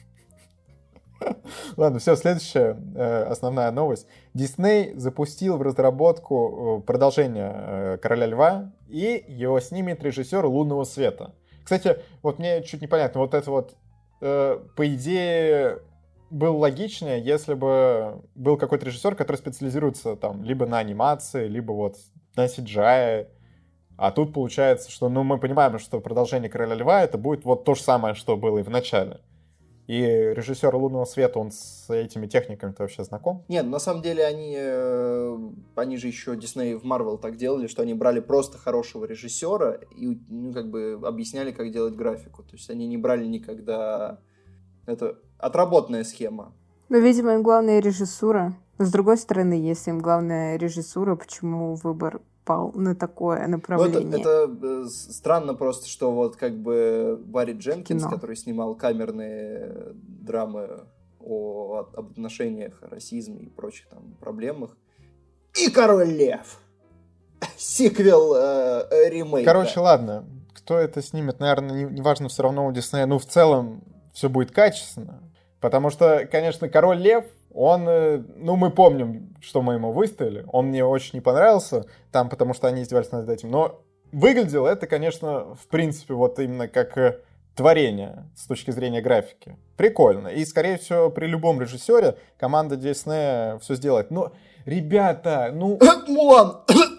Ладно, все, следующая основная новость. Дисней запустил в разработку продолжение «Короля льва», и его снимет режиссер «Лунного света». Кстати, вот мне чуть непонятно, вот это вот, по идее, было логичнее, если бы был какой-то режиссер, который специализируется там либо на анимации, либо вот на CGI. А тут получается, что, ну, мы понимаем, что продолжение «Короля льва» это будет вот то же самое, что было и в начале. И режиссер «Лунного света», он с этими техниками-то вообще знаком?
Нет, на самом деле они же еще Дисней в Marvel так делали, что они брали просто хорошего режиссера и, ну, как бы объясняли, как делать графику. То есть они не брали никогда... Это отработанная схема.
Ну, видимо, им главная режиссура. Но, с другой стороны, если им главная режиссура, почему выбор пал на такое направление?
Ну, это странно просто, что вот как бы Барри Дженкинс, который снимал камерные драмы об отношениях, о расизме и прочих там проблемах, и «Король лев» сиквел ремейка.
Короче, ладно. Кто это снимет, наверное, неважно, все равно у Диснея. Ну, в целом, все будет качественно. Потому что, конечно, Король Лев, он... Ну, мы помним, что мы ему выставили. Он мне очень не понравился, там, потому что они издевались над этим. Но выглядело это, конечно, в принципе, вот именно как творение с точки зрения графики. Прикольно. И, скорее всего, при любом режиссере команда Диснея все сделает. Но, ребята, ну...
Мулан!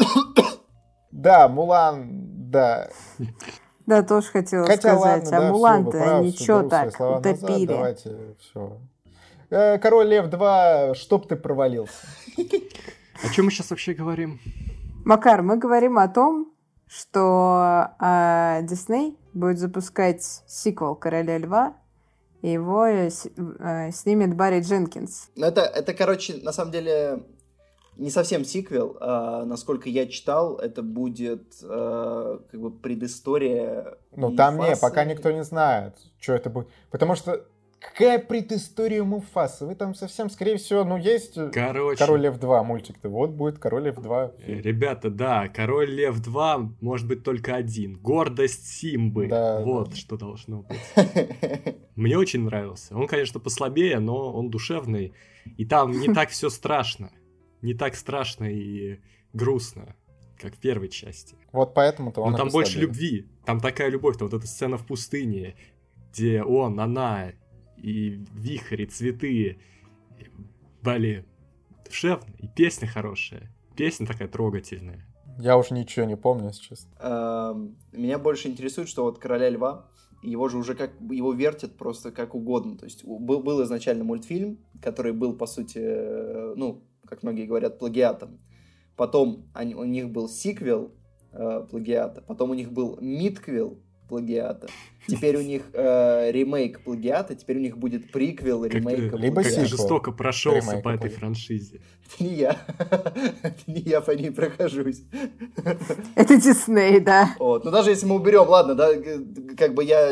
Да, Мулан, да.
Да, тоже хотела
Хотя,
сказать.
ладно,
а
да,
Мулан-то они чё так утопили?
Давайте, все. Король Лев 2, чтоб ты провалился.
О чем мы сейчас вообще говорим?
Макар, мы говорим о том, что Дисней будет запускать сиквел «Короля Льва», и его снимет Барри Дженкинс.
Это, короче, на самом деле... Не совсем сиквел, насколько я читал, это будет как бы предыстория.
Ну, там пока никто не знает, что это будет. Потому что какая предыстория Муфасы? Вы там совсем, скорее всего, ну, есть Король Лев 2 мультик-то. Вот будет Король Лев 2.
Ребята, да, Король Лев 2 может быть только один. Гордость Симбы.
Да,
вот
да.
Что должно быть. Мне очень нравился. Он, конечно, послабее, но он душевный. И там не так все страшно. Не так страшно и грустно, как в первой части.
Вот поэтому-то он.
Но там больше любви. Там такая любовь. Там вот эта сцена в пустыне, где она и вихрь, и цветы. Блин, душевно. И песня хорошая. Песня такая трогательная.
Я уже ничего не помню, если честно.
Меня больше интересует, что вот Короля Льва, его же уже его вертят просто как угодно. То есть был изначально мультфильм, который был, по сути, ну, как многие говорят, плагиатом. Потом у них был сиквел плагиата, потом у них был мидквел плагиата, теперь у них ремейк плагиата, теперь у них будет приквел ремейка
либо
как ты жестоко прошелся
ремейка
по этой
плагиата.
франшизе.
Это не я по ней прохожусь.
Это Дисней, да.
Вот. Но даже если мы уберем, ладно, да, как бы я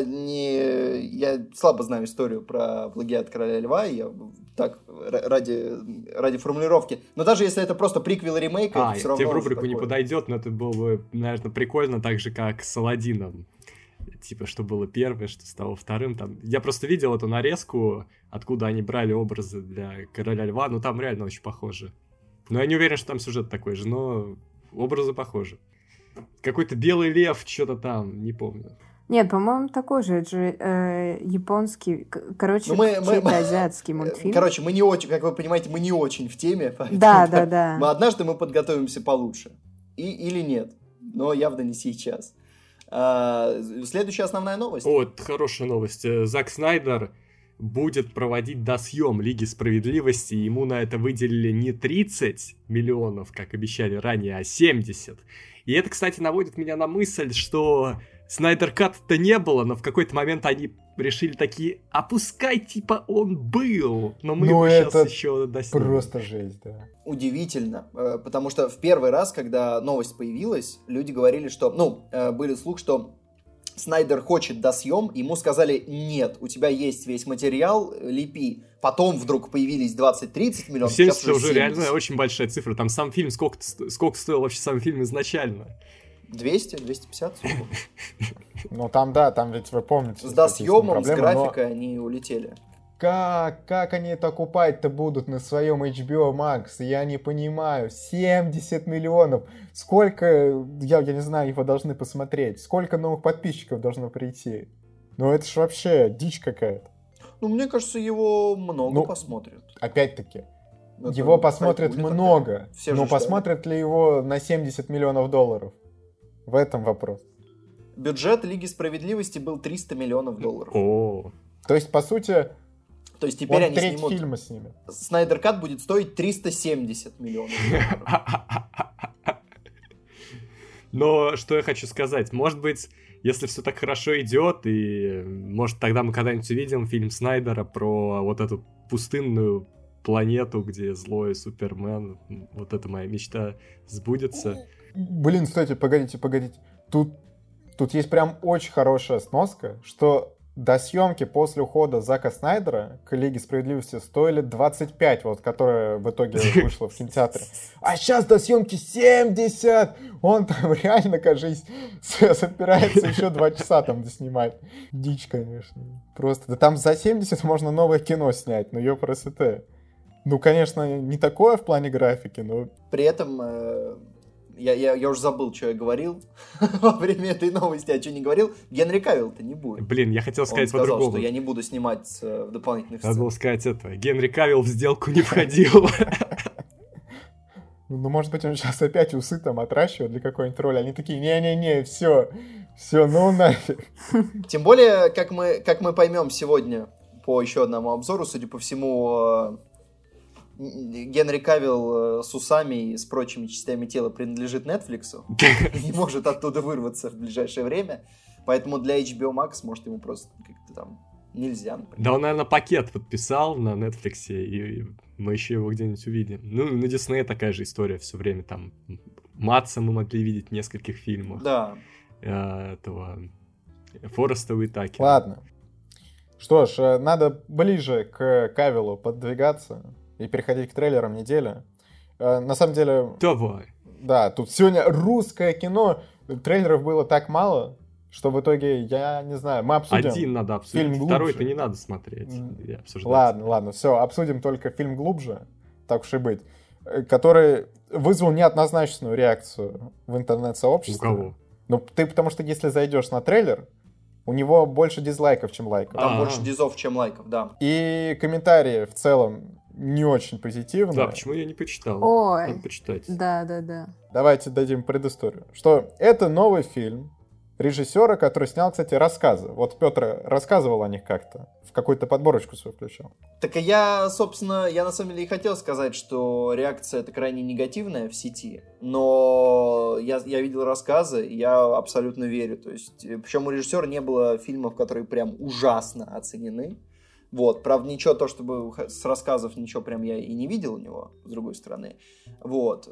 слабо знаю историю про плагиат Короля Льва, я так, ради формулировки. Но даже если это просто приквел ремейка, это все равно...
тебе в рубрику не подойдет, но это было бы, наверное, прикольно, так же, как с Аладдином. Типа, что было первое, что стало вторым. Там... Я просто видел эту нарезку, откуда они брали образы для Короля Льва, ну там реально очень похоже. Но я не уверен, что там сюжет такой же, но образы похожи. Какой-то белый лев, что-то там, не помню.
Нет, по-моему, такой же, это же японский, короче, чей-то азиатский мультфильм.
Короче, мы не очень, как вы понимаете, мы не очень в теме.
Да.
Однажды мы подготовимся получше. Или нет, но явно не сейчас. Следующая основная новость.
Вот, хорошая новость. Зак Снайдер будет проводить досъем Лиги Справедливости. Ему на это выделили не 30 миллионов, как обещали ранее, а 70. И это, кстати, наводит меня на мысль, что Снайдер Кат-то не было, но в какой-то момент они решили такие, а пускай типа он был, но мы его сейчас еще доснимем.
Просто жесть, да.
Удивительно, потому что в первый раз, когда новость появилась, люди говорили, что, были слух, что Снайдер хочет досъем, ему сказали, нет, у тебя есть весь материал, лепи. Потом вдруг появились 20-30 миллионов.
70 уже реально очень большая цифра. Там сам фильм, сколько стоил вообще сам фильм изначально?
200, 250.
Ну там, да, там ведь вы помните.
С досъемом, с графикой они улетели.
Как они это окупать-то будут на своем HBO Max? Я не понимаю. 70 миллионов. Сколько, я не знаю, его должны посмотреть. Сколько новых подписчиков должно прийти? Ну это ж вообще дичь какая-то.
Ну, мне кажется, его много посмотрят.
Опять-таки, его посмотрят много. Но посмотрят ли его на 70 миллионов долларов? В этом вопрос.
Бюджет Лиги Справедливости был 300 миллионов долларов.
О.
То есть, по сути,
то есть теперь они
треть
снимут...
фильма снимет.
Снайдер Кат будет стоить 370 миллионов долларов.
Но что я хочу сказать, может быть, если все так хорошо идет, и может тогда мы когда-нибудь увидим фильм Снайдера про вот эту пустынную планету, где злой Супермен, вот эта моя мечта сбудется.
Блин, стойте, погодите. Тут есть прям очень хорошая сноска, что до съемки после ухода Зака Снайдера к Лиге Справедливости стоили 25, вот, которая в итоге вышла в кинотеатре. А сейчас до съемки 70! Он там реально, кажется, собирается еще 2 часа там доснимать. Дичь, конечно. Просто. Да там за 70 можно новое кино снять, ну ёпрст. Ну, конечно, не такое в плане графики, но...
При этом... Я уже забыл, что я говорил во время этой новости, а что не говорил. Генри Кавилл-то не будет.
Блин, я хотел сказать
по-другому. Он
сказал,
что я не буду снимать в дополнительных сценах.
Надо было сказать это. Генри Кавилл в сделку не входил.
Ну, может быть, он сейчас опять усы там отращивает для какой-нибудь роли. Они такие, не-не-не, все, ну нафиг.
Тем более, как мы поймем сегодня по еще одному обзору, судя по всему... Генри Кавилл с усами и с прочими частями тела принадлежит Netflix и не может оттуда вырваться в ближайшее время, поэтому для HBO Max, может, ему просто как-то там нельзя, например.
Да он, наверное, пакет подписал на Netflix, и мы еще его где-нибудь увидим. Ну, на Disney такая же история все время, там Матса мы могли видеть в нескольких фильмах.
Да.
Этого Фореста Уитакера.
Ладно. Что ж, надо ближе к Кавиллу подвигаться и переходить к трейлерам недели. На самом деле...
Давай.
Да, тут сегодня русское кино. Трейлеров было так мало, что в итоге, я не знаю, мы обсудим...
Один надо обсудить, второй-то не надо смотреть.
Ладно, все, обсудим только фильм «Глубже», так уж и быть, который вызвал неоднозначную реакцию в интернет-сообществе.
У кого?
Ну, ты потому что если зайдешь на трейлер, у него больше дизлайков, чем лайков.
Там больше дизов, чем лайков, да.
И комментарии в целом не очень позитивные.
Да, почему я не почитал?
Ой,
надо почитать.
Да.
Давайте дадим предысторию. Что это новый фильм режиссера, который снял, кстати, рассказы. Вот Петр рассказывал о них как-то. В какую-то подборочку свою включал.
Так и я, собственно, на самом деле и хотел сказать, что реакция это крайне негативная в сети, но я видел рассказы, и я абсолютно верю. То есть, причем у режиссера не было фильмов, которые прям ужасно оценены. Вот, правда, ничего, то, чтобы с рассказов ничего прям я и не видел у него, с другой стороны. Вот,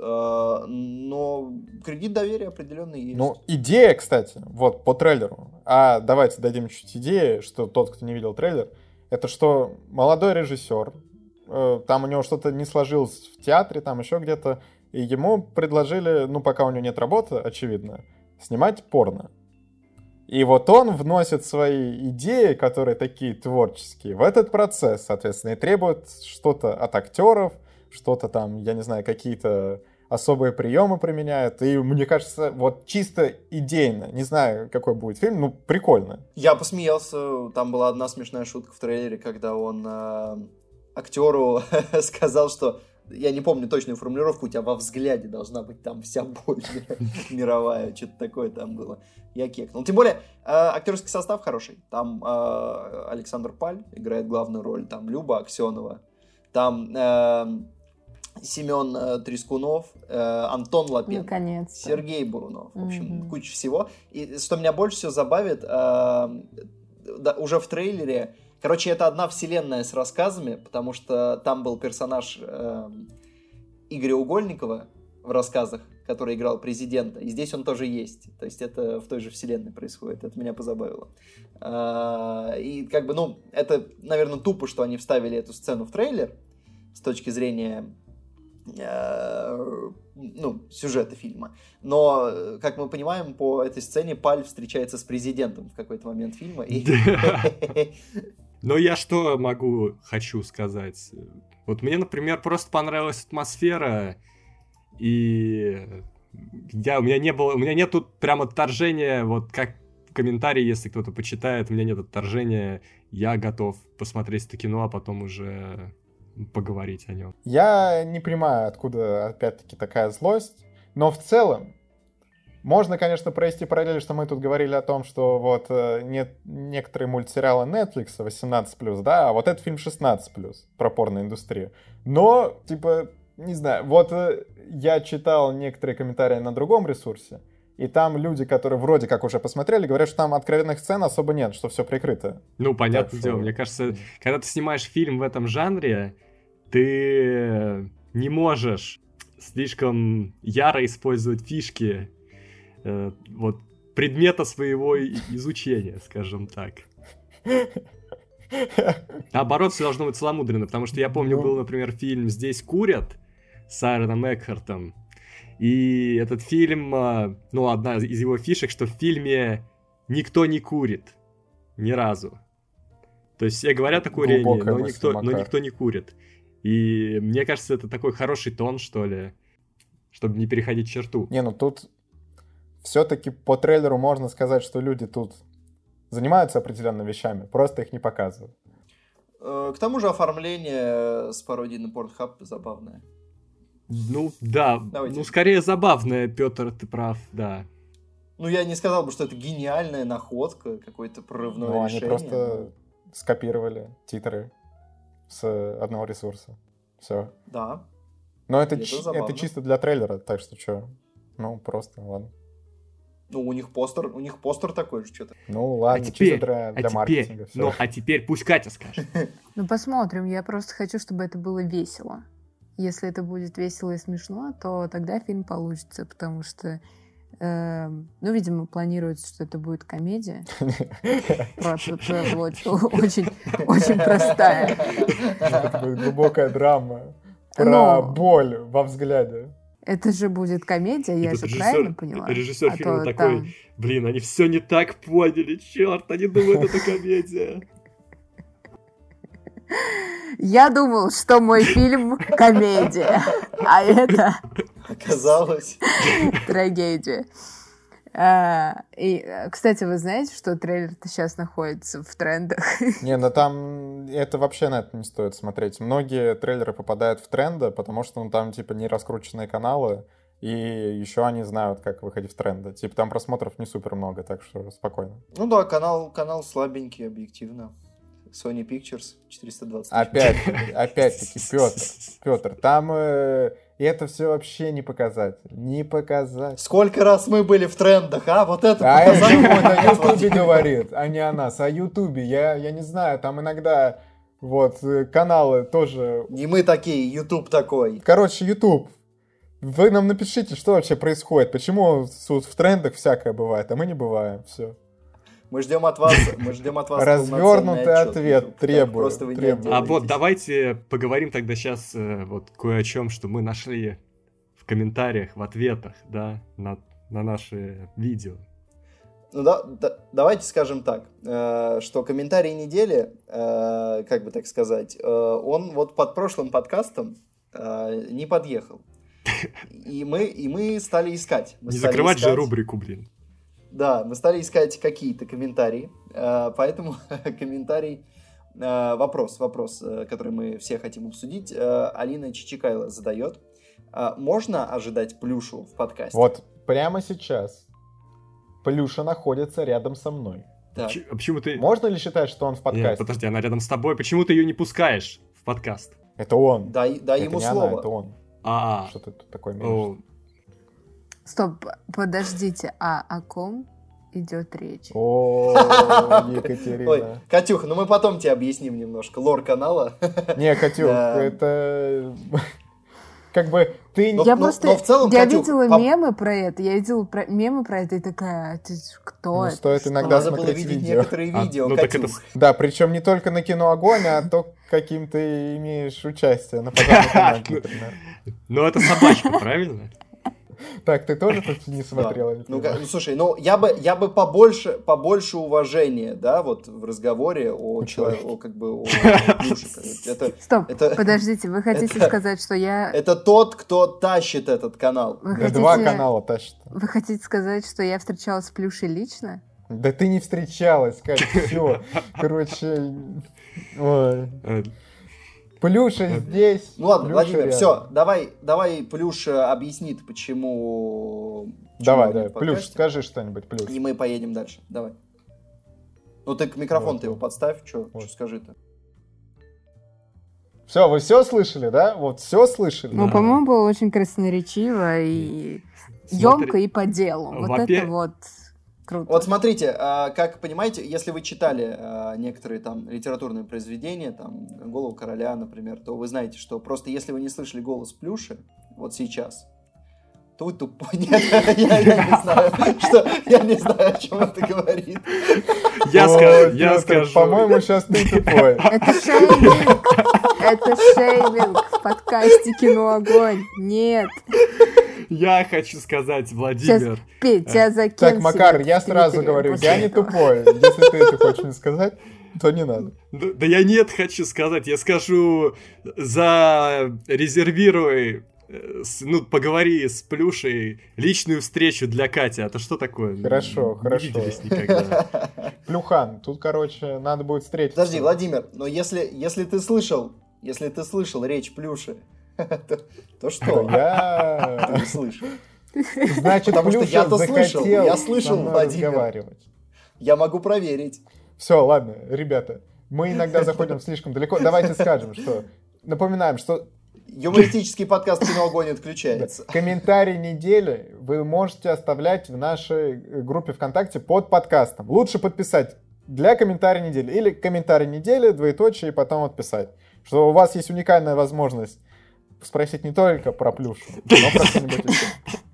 но кредит доверия определенно есть.
Ну, идея, кстати, вот по трейлеру. А давайте дадим чуть идеи, что тот, кто не видел трейлер, это что молодой режиссер, там у него что-то не сложилось в театре, там еще где-то, и ему предложили, ну, пока у него нет работы, очевидно, снимать порно. И вот он вносит свои идеи, которые такие творческие, в этот процесс, соответственно, и требует что-то от актеров, что-то там, я не знаю, какие-то особые приемы применяет. И мне кажется, вот чисто идейно, не знаю, какой будет фильм, ну, прикольно.
Я посмеялся, там была одна смешная шутка в трейлере, когда он актеру сказал, что... Я не помню точную формулировку, у тебя во взгляде должна быть там вся боль мировая, что-то такое там было. Я кекнул. Тем более, актерский состав хороший. Там Александр Паль играет главную роль, там Люба Аксенова, там Семен Трескунов, Антон Лапенко,
наконец-то.
Сергей Бурунов. В общем, куча всего. И что меня больше всего забавит, уже в трейлере... Короче, это одна вселенная с рассказами, потому что там был персонаж Игоря Угольникова в рассказах, который играл президента, и здесь он тоже есть. То есть это в той же вселенной происходит. Это меня позабавило. И как бы, ну, это, наверное, тупо, что они вставили эту сцену в трейлер с точки зрения сюжета фильма. Но, как мы понимаем, по этой сцене Паль встречается с президентом в какой-то момент фильма.
Но я что хочу сказать. Вот мне, например, просто понравилась атмосфера, и у меня нет тут прям отторжения, вот как в комментарии, если кто-то почитает, у меня нет отторжения, я готов посмотреть это кино, а потом уже поговорить о нем.
Я не понимаю, откуда, опять-таки, такая злость, но в целом можно, конечно, провести параллель, что мы тут говорили о том, что вот нет некоторые мультсериалы Netflix 18+, да, а вот этот фильм 16+, про порноиндустрию. Но, типа, не знаю, вот я читал некоторые комментарии на другом ресурсе, и там люди, которые вроде как уже посмотрели, говорят, что там откровенных сцен особо нет, что все прикрыто.
Ну, понятное дело, мне кажется, когда ты снимаешь фильм в этом жанре, ты не можешь слишком яро использовать фишки вот предмета своего изучения, скажем так. Наоборот, все должно быть целомудренно, потому что я помню, был, например, фильм «Здесь курят» с Аароном Экхартом, и этот фильм, одна из его фишек, что в фильме никто не курит ни разу. То есть все говорят о курении, но никто не курит. И мне кажется, это такой хороший тон, что ли, чтобы не переходить черту.
Не, ну тут все-таки по трейлеру можно сказать, что люди тут занимаются определенными вещами, просто их не показывают.
К тому же оформление с пародией на Pornhub забавное.
Ну, да. Давайте. Ну, скорее забавное, Петр, ты прав, да.
Ну, я не сказал бы, что это гениальная находка, какое-то прорывное решение.
Они просто скопировали титры с одного ресурса. Все.
Да.
Но это чисто для трейлера, так что что? Ну, просто, ладно.
Ну, у них постер такой же, что-то.
Ну, ладно, чисто для маркетинга.
Ну, а теперь пусть Катя скажет.
Ну, посмотрим. Я просто хочу, чтобы это было весело. Если это будет весело и смешно, то тогда фильм получится, потому что, видимо, планируется, что это будет комедия. Просто очень простая.
Это будет глубокая драма про боль во взгляде.
Это же будет комедия, я же правильно поняла?
Режиссер фильма такой, блин, они все не так поняли, черт, они думают, это комедия.
Я думал, что мой фильм комедия, а это...
Оказалось.
Трагедия. И, кстати, вы знаете, что трейлер-то сейчас находится в трендах?
Не, ну там это вообще на это не стоит смотреть. Многие трейлеры попадают в тренды, потому что там типа не раскрученные каналы, и еще они знают, как выходить в тренды. Типа там просмотров не супер много, так что спокойно.
Ну да, канал слабенький, объективно. Sony Pictures 420.
Опять-таки, Петр, там это все вообще не показать. Не показать.
Сколько раз мы были в трендах, а? Вот это
показать. А это о Ютубе говорит, а не о нас. О Ютубе, я не знаю, там иногда вот каналы тоже...
Не мы такие, Ютуб такой.
Короче, Ютуб. Вы нам напишите, что вообще происходит. Почему в трендах всякое бывает, а мы не бываем. Все.
Мы ждем от вас
развернутый ответ требую.
А вот давайте поговорим тогда сейчас вот кое о чем, что мы нашли в комментариях, в ответах, да, на наши видео.
Ну давайте скажем так, что комментарий недели, как бы так сказать, он вот под прошлым подкастом не подъехал. И мы стали искать.
Не закрывать же рубрику, блин.
Да, мы стали искать какие-то комментарии, поэтому комментарий, вопрос, который мы все хотим обсудить, Алина Чичикайло задает. Можно ожидать Плюшу в подкасте?
Вот прямо сейчас Плюша находится рядом со мной.
Да.
Почему ты...
Можно ли считать, что он в подкасте?
Нет, подожди, она рядом с тобой. Почему ты ее не пускаешь в подкаст?
Это он.
Дай ему слово.
Она, это он. Что ты тут такой имеешь?
Стоп, подождите, о ком идет речь?
О, Екатерина.
Ой, Катюх, ну мы потом тебе объясним немножко лор канала.
Не, Катюх, это... Как бы ты...
Я видела мемы про это, и такая, кто это?
Стоит иногда
надо было видеть некоторые видео, Катюх.
Да, причем не только на кино «Огонь», а то, каким ты имеешь участие на пожарном канале, например.
Ну это собачка, правильно?
Так, ты тоже тут не смотрела?
Да. Ну, слушай, я бы побольше уважения, да, вот в разговоре о Плюше.
Стоп, подождите, вы хотите сказать, что я...
Это тот, кто тащит этот канал.
Два канала тащит.
Вы хотите сказать, что я встречалась с Плюшей лично?
Да ты не встречалась, Катя, все. Короче, ой... Плюша здесь.
Ну ладно,
Плюша
Владимир,
рядом.
все, давай Плюша объяснит, почему...
Давай, Плюш, скажи что-нибудь, Плюш.
И мы поедем дальше, давай. Ну ты к микрофон-то его подставь, что скажи-то.
Все, вы все слышали, да? Вот все слышали?
Ну, по-моему, было очень красноречиво и емко и по делу. Вот это вот... Круто.
Вот смотрите, как понимаете, если вы читали некоторые там литературные произведения, там «Голову короля», например, то вы знаете, что просто если вы не слышали голос Плюши вот сейчас, Ты тупой. Нет, я не знаю, о чем это говорит.
Я скажу.
По-моему, сейчас ты тупой.
Это шейминг. Это шейминг в подкасте «Кино Огонь». Нет.
Я хочу сказать, Владимир.
Сейчас Петя закинь.
Так, Макар, я сразу говорю, я не тупой. Если ты это хочешь мне сказать, то не надо.
Да я нет хочу сказать. Я скажу, зарезервируй, поговори с Плюшей личную встречу для Кати. А то что такое?
Хорошо.
Не виделись никогда.
Плюхан, тут, короче, надо будет встретиться.
Подожди, Владимир, но если ты слышал речь Плюши, то что?
Я...
Ты не слышал.
Значит,
Потому что
Плюша
я-то
захотел
я слышал,
со мной
Владимир.
разговаривать.
Я могу проверить.
Все, ладно, ребята, мы иногда заходим слишком далеко. Давайте скажем, что... Напоминаем, что...
Юмористический подкаст «Кино Огонь» отключается.
Комментарий недели вы можете оставлять в нашей группе ВКонтакте под подкастом. Лучше подписать для комментария недели. Или комментарий недели, двоеточие, и потом отписать. Что у вас есть уникальная возможность спросить не только про Плюшу, но про что-нибудь еще.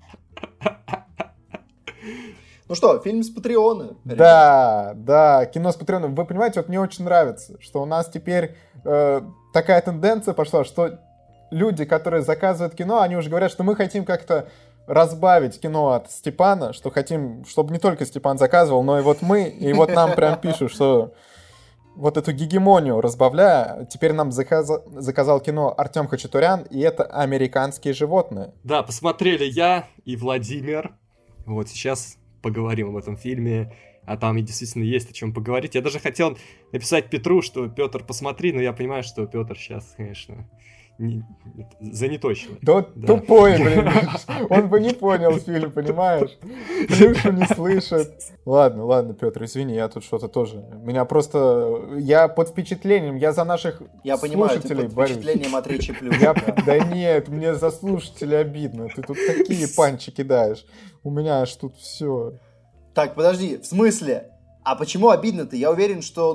Ну что, фильм с Патреона.
Да, кино с Патреона. Вы понимаете, вот мне очень нравится, что у нас теперь такая тенденция пошла, что люди, которые заказывают кино, они уже говорят, что мы хотим как-то разбавить кино от Степана, что хотим, чтобы не только Степан заказывал, но и вот мы, и вот нам прям пишут, что вот эту гегемонию разбавляя, теперь нам заказал кино Артем Хачатурян, и это «Американские животные».
Да, посмотрели я и Владимир. Вот сейчас поговорим об этом фильме. А там и действительно есть о чем поговорить. Я даже хотел написать Петру, что Петр, посмотри, но я понимаю, что Петр сейчас, конечно, заняточный.
Да. Тупой, блин. Он бы не понял фильм, понимаешь? Плюшу не слышит. Ладно, Петр, извини, я тут что-то тоже. Меня просто... Я под впечатлением, я за наших
я понимаю,
слушателей
ты под
борюсь.
впечатлением от речи Плюши.
Да нет, мне за слушателей обидно. Ты тут такие панчи кидаешь. У меня аж тут все.
Так, подожди, в смысле? А почему обидно-то? Я уверен, что,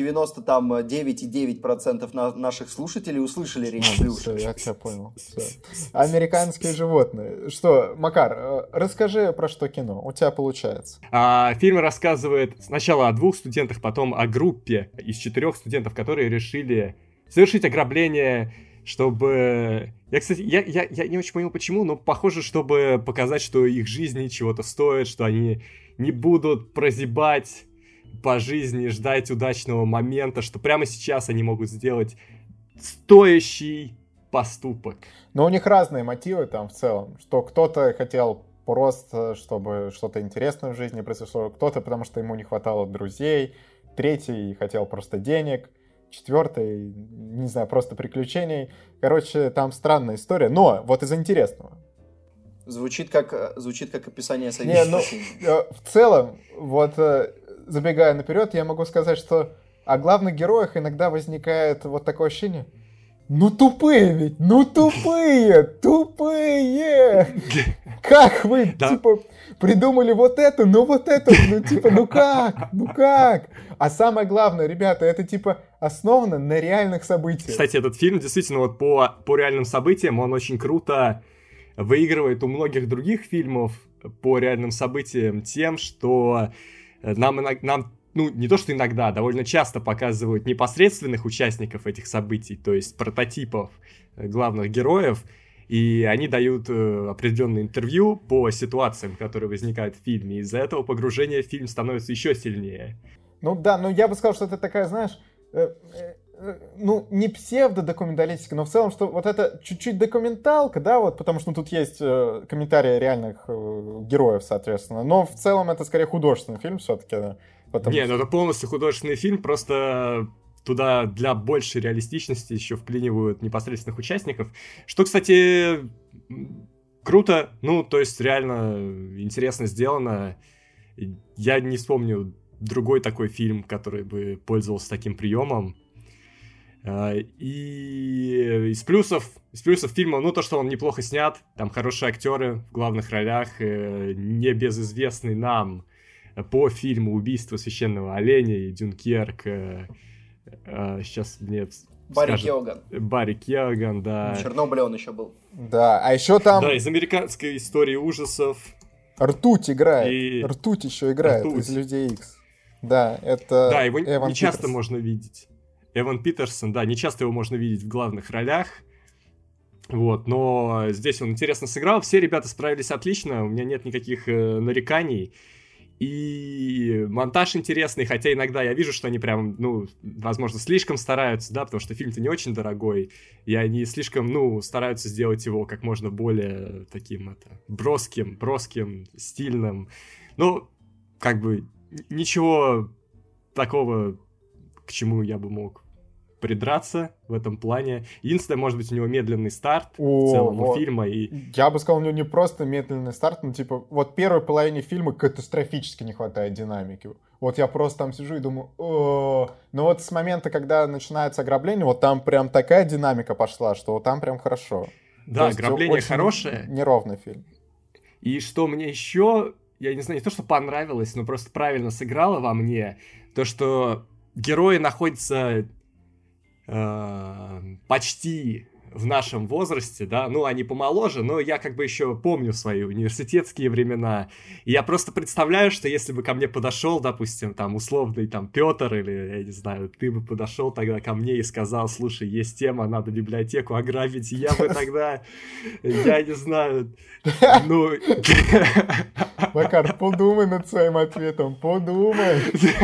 99,9% наших слушателей услышали речь Плюши.
Я тебя понял. Все. «Американские животные». Что, Макар, расскажи, про что кино. У тебя получается.
Фильм рассказывает сначала о 2 студентах, потом о группе из 4 студентов, которые решили совершить ограбление, чтобы... Я, кстати, я не очень понял, почему, но похоже, чтобы показать, что их жизни чего-то стоит, что они не будут прозябать по жизни, ждать удачного момента, что прямо сейчас они могут сделать стоящий поступок.
Но у них разные мотивы там в целом, что кто-то хотел просто, чтобы что-то интересное в жизни произошло, кто-то, потому что ему не хватало друзей, третий хотел просто денег, четвертый, не знаю, просто приключений. Короче, там странная история, но вот из интересного.
Звучит как описание советского фильма.
В целом, вот забегая наперед, я могу сказать, что о главных героях иногда возникает вот такое ощущение: ну тупые ведь, тупые! Как вы, придумали вот это, ну как? А самое главное, ребята, это основано на реальных событиях.
Кстати, этот фильм действительно вот по реальным событиям, он очень круто выигрывает у многих других фильмов по реальным событиям тем, что нам не то что иногда, довольно часто показывают непосредственных участников этих событий, то есть прототипов главных героев, и они дают определенное интервью по ситуациям, которые возникают в фильме, и из-за этого погружение в фильм становится еще сильнее.
Ну да, я бы сказал, что это такая, знаешь, не псевдодокументалистика, но в целом, что вот это чуть-чуть документалка, да, вот, потому что тут есть комментарии реальных героев, соответственно, но в целом это скорее художественный фильм все-таки. Да,
это полностью художественный фильм, просто туда для большей реалистичности еще вклинивают непосредственных участников, что, кстати, круто, то есть реально интересно сделано. Я не вспомню другой такой фильм, который бы пользовался таким приемом. И из плюсов фильма, то, что он неплохо снят, там хорошие актеры в главных ролях, небезызвестный нам по фильму «Убийство священного оленя» и «Дюнкерк». Сейчас мне
Барри Кеоган.
Барри Кеоган, да.
В Чернобыле он еще был.
Да, а еще там...
Да, из американской истории ужасов.
Ртуть играет. Ртуть еще играет из Людей Икс. Да, это
да, его
Эван
не часто
Питерс.
можно видеть. Эван Питерсон, да, не часто его можно видеть в главных ролях. Вот, но здесь он интересно сыграл. Все ребята справились отлично, у меня нет никаких нареканий. И монтаж интересный, хотя иногда я вижу, что они прям, ну, возможно, слишком стараются, да, потому что фильм-то не очень дорогой, и они слишком, ну, стараются сделать его как можно более таким, броским, стильным. Ну, как бы, ничего такого, к чему я бы мог придраться в этом плане. Единственное, может быть, у него медленный старт в целом у фильма. И...
Я бы сказал, у него не просто медленный старт, но типа вот первой половине фильма катастрофически не хватает динамики. Вот я просто там сижу и думаю, но вот с момента, когда начинается ограбление, вот там прям такая динамика пошла, что вот там прям хорошо.
Да, ограбление хорошее.
Неровный фильм.
И что мне еще, я не знаю, не то, что понравилось, но просто правильно сыграло во мне, то, что герои находятся почти в нашем возрасте, да, ну, они помоложе, но я как бы еще помню свои университетские времена, и я просто представляю, что если бы ко мне подошел, допустим, там, условный, там, Петр, или, я не знаю, ты бы подошел тогда ко мне и сказал, слушай, есть тема, надо библиотеку ограбить, и я бы тогда, я не знаю, ну...
Макар, подумай над своим ответом, подумай.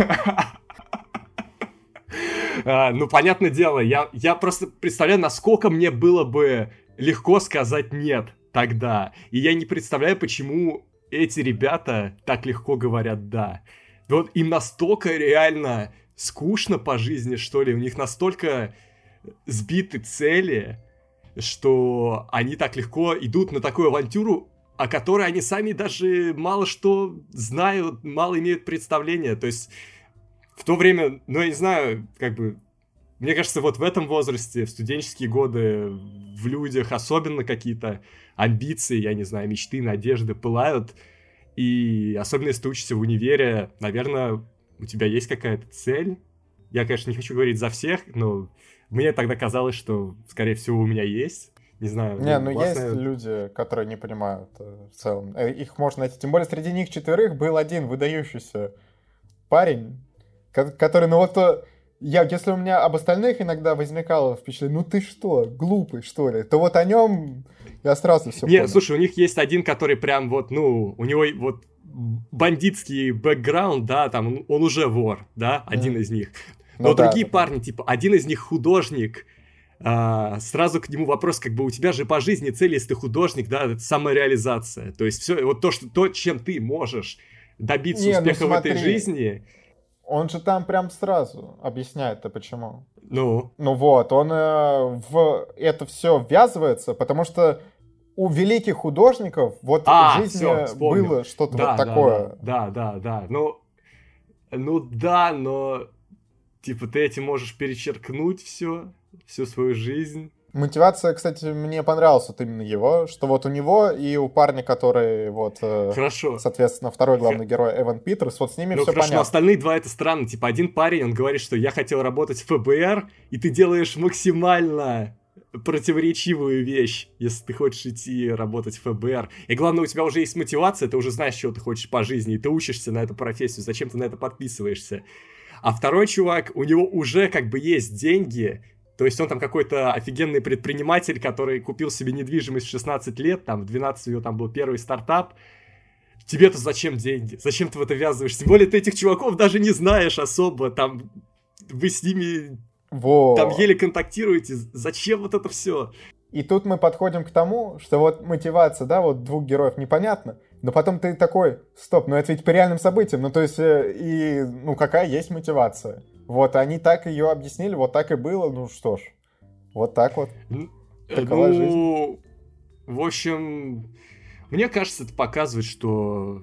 Ну, понятное дело, я просто представляю, насколько мне было бы легко сказать «нет» тогда. И я не представляю, почему эти ребята так легко говорят «да». Вот им настолько реально скучно по жизни, что ли, у них настолько сбиты цели, что они так легко идут на такую авантюру, о которой они сами даже мало что знают, мало имеют представления. То есть... В то время, ну, я не знаю, как бы, мне кажется, вот в этом возрасте, в студенческие годы, в людях особенно какие-то амбиции, я не знаю, мечты, надежды пылают. И особенно если ты учишься в универе, наверное, у тебя есть какая-то цель. Я, конечно, не хочу говорить за всех, но мне тогда казалось, что, скорее всего, у меня есть. Не знаю.
Не, ну есть люди, которые не понимают в целом. Их можно найти. Тем более среди них 4 был один выдающийся парень, который, ну вот, если у меня об остальных иногда возникало впечатление, ну ты что, глупый, что ли, то вот о нем я сразу все понял.
Не, слушай, у них есть один, который прям вот, ну, у него вот бандитский бэкграунд, да, там, он уже вор, да, один из них. Но ну, другие парни, типа, один из них художник, сразу к нему вопрос, как бы, у тебя же по жизни цель, если ты художник, да, это самореализация. То есть все, вот то, чем ты можешь добиться успеха в этой жизни...
Он же там прям сразу объясняет-то почему.
Ну
вот, он в это все ввязывается, потому что у великих художников вот в жизни было что-то вот такое.
Да. Ну да, но типа ты этим можешь перечеркнуть всю свою жизнь.
Мотивация, кстати, мне понравилась вот именно его, что вот у него и у парня, который вот,
хорошо.
Соответственно, второй главный герой Эван Питерс, вот с ними все понятно.
Но остальные два это странно, типа один парень, он говорит, что я хотел работать в ФБР, и ты делаешь максимально противоречивую вещь, если ты хочешь идти работать в ФБР. И главное, у тебя уже есть мотивация, ты уже знаешь, чего ты хочешь по жизни, и ты учишься на эту профессию, зачем ты на это подписываешься. А второй чувак, у него уже как бы есть деньги. То есть он там какой-то офигенный предприниматель, который купил себе недвижимость в 16 лет, там в 12 у него там был первый стартап. Тебе-то зачем деньги? Зачем ты в это ввязываешься? Тем более ты этих чуваков даже не знаешь особо, там вы с ними там еле контактируете. Зачем вот это все?
И тут мы подходим к тому, что вот мотивация, да, вот двух героев непонятно, но потом ты такой, стоп, ну это ведь по реальным событиям, ну то есть, и, ну какая есть мотивация? Вот, они так ее объяснили, вот так и было, ну что ж, вот так вот. Такова жизнь.
В общем, мне кажется, это показывает, что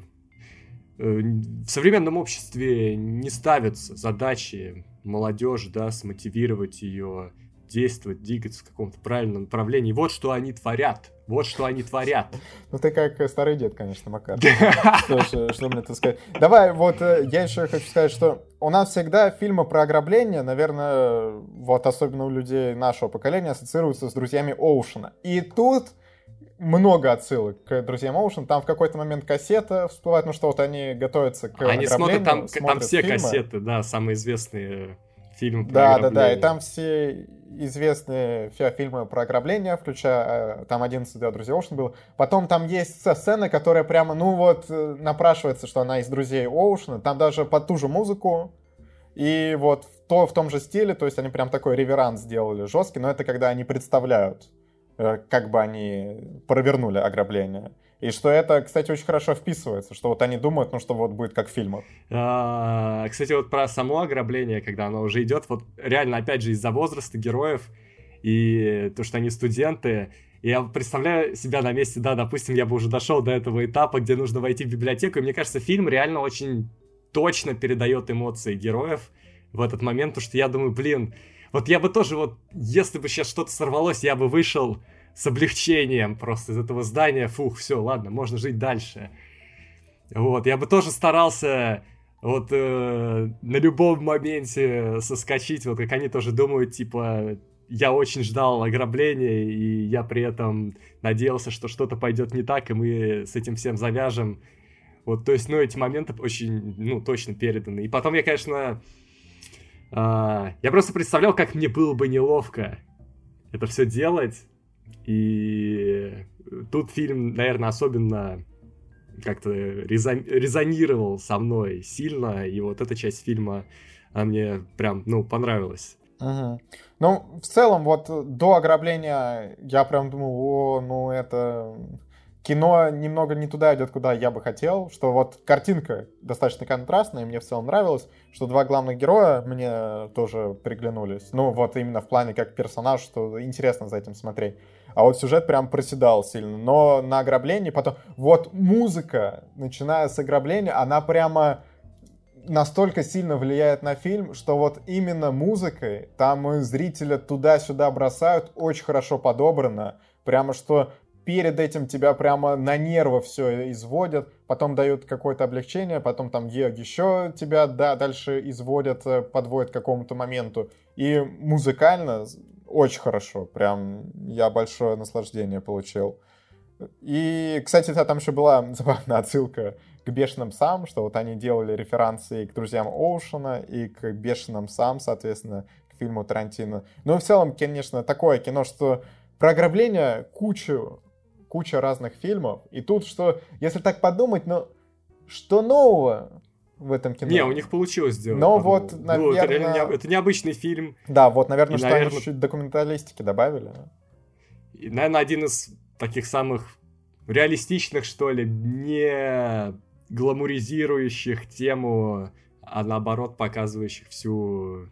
в современном обществе не ставятся задачи молодежи, да, смотивировать ее действовать, двигаться в каком-то правильном направлении. Вот что они творят. Вот что они творят.
Ну, ты как старый дед, конечно, Макар. Что мне это сказать? Давай, вот я еще хочу сказать, что у нас всегда фильмы про ограбление, наверное, вот особенно у людей нашего поколения, ассоциируются с друзьями Оушена. И тут много отсылок к друзьям Оушен. Там в какой-то момент кассета всплывает, ну что вот они готовятся к ограблению.
Они смотрят там все фильмы. Кассеты, да, самые известные фильмы про
ограбление. Да, и там все известные фильмы про ограбление, включая там 11 друзей Оушен было. Потом там есть сцена, которая прямо, ну вот, напрашивается, что она из друзей Оушена. Там даже под ту же музыку. И вот в том же стиле, то есть они прям такой реверанс сделали жесткий, но это когда они представляют, как бы они провернули ограбление. И что это, кстати, очень хорошо вписывается, что вот они думают, ну что вот будет как в фильмах.
Кстати, вот про само ограбление, когда оно уже идет, вот реально, опять же, из-за возраста героев и то, что они студенты, я представляю себя на месте, да, допустим, я бы уже дошел до этого этапа, где нужно войти в библиотеку, и мне кажется, фильм реально очень точно передает эмоции героев в этот момент, потому что я думаю, блин, вот я бы тоже, вот, если бы сейчас что-то сорвалось, я бы вышел с облегчением просто из этого здания. Фух, все, ладно, можно жить дальше. Вот, я бы тоже старался вот на любом моменте соскочить, вот как они тоже думают, типа, я очень ждал ограбления, и я при этом надеялся, что что-то пойдет не так, и мы с этим всем завяжем. Вот, то есть, ну, эти моменты очень, ну, точно переданы. И потом я, конечно... я просто представлял, как мне было бы неловко это все делать. И тут фильм, наверное, особенно как-то резонировал со мной сильно. И вот эта часть фильма мне прям, ну, понравилась.
Угу. Ну, в целом, вот до ограбления я прям думал, ну это... Кино немного не туда идет, куда я бы хотел, что вот картинка достаточно контрастная, мне в целом нравилось, что два главных героя мне тоже приглянулись. Ну, вот именно в плане как персонаж, что интересно за этим смотреть. А вот сюжет прям проседал сильно. Но на ограблении потом... Вот музыка, начиная с ограбления, она прямо настолько сильно влияет на фильм, что вот именно музыкой там зрителя туда-сюда бросают, очень хорошо подобрано. Прямо что... Перед этим тебя прямо на нервы все изводят, потом дают какое-то облегчение, потом там еще тебя дальше изводят, подводят к какому-то моменту. И музыкально очень хорошо, прям я большое наслаждение получил. И, кстати, там еще была забавная отсылка к «Бешеным псам», что вот они делали референсы и к «Друзьям Оушена», и к «Бешеным псам», соответственно, к фильму Тарантино. Ну и в целом, конечно, такое кино, что про ограбление куча разных фильмов. И тут что, если так подумать, ну, что нового в этом кино?
Не, у них получилось сделать.
Но вот, наверное...
это необычный фильм.
Да, вот, наверное, что они чуть-чуть документалистики добавили.
И, наверное, один из таких самых реалистичных, что ли, не гламуризирующих тему, а наоборот показывающих всю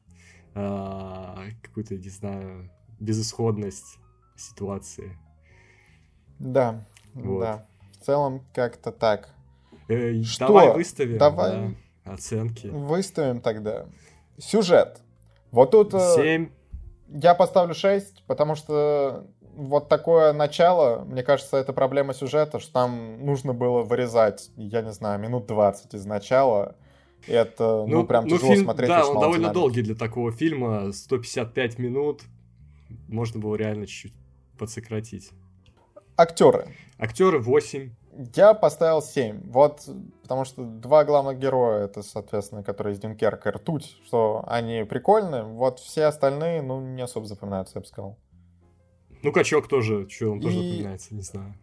какую-то, не знаю, безысходность ситуации.
Да, вот. Да. В целом как-то так.
Что? Давай выставим.
Давай
оценки.
Выставим тогда. Сюжет. Вот тут
7.
Я поставлю 6, потому что вот такое начало, мне кажется, это проблема сюжета, что там нужно было вырезать, я не знаю, минут 20 из начала. Это, прям тяжело
фильм,
смотреть.
Да, он довольно долгий для такого фильма, 155 минут. Можно было реально чуть-чуть подсократить.
Актеры.
Актеры 8.
Я поставил 7. Вот, потому что два главных героя, это, соответственно, которые из Дюнкерка и Ртуть, что они прикольные. Вот все остальные, не особо запоминаются, я бы сказал.
Качок тоже, он тоже запоминается, не знаю.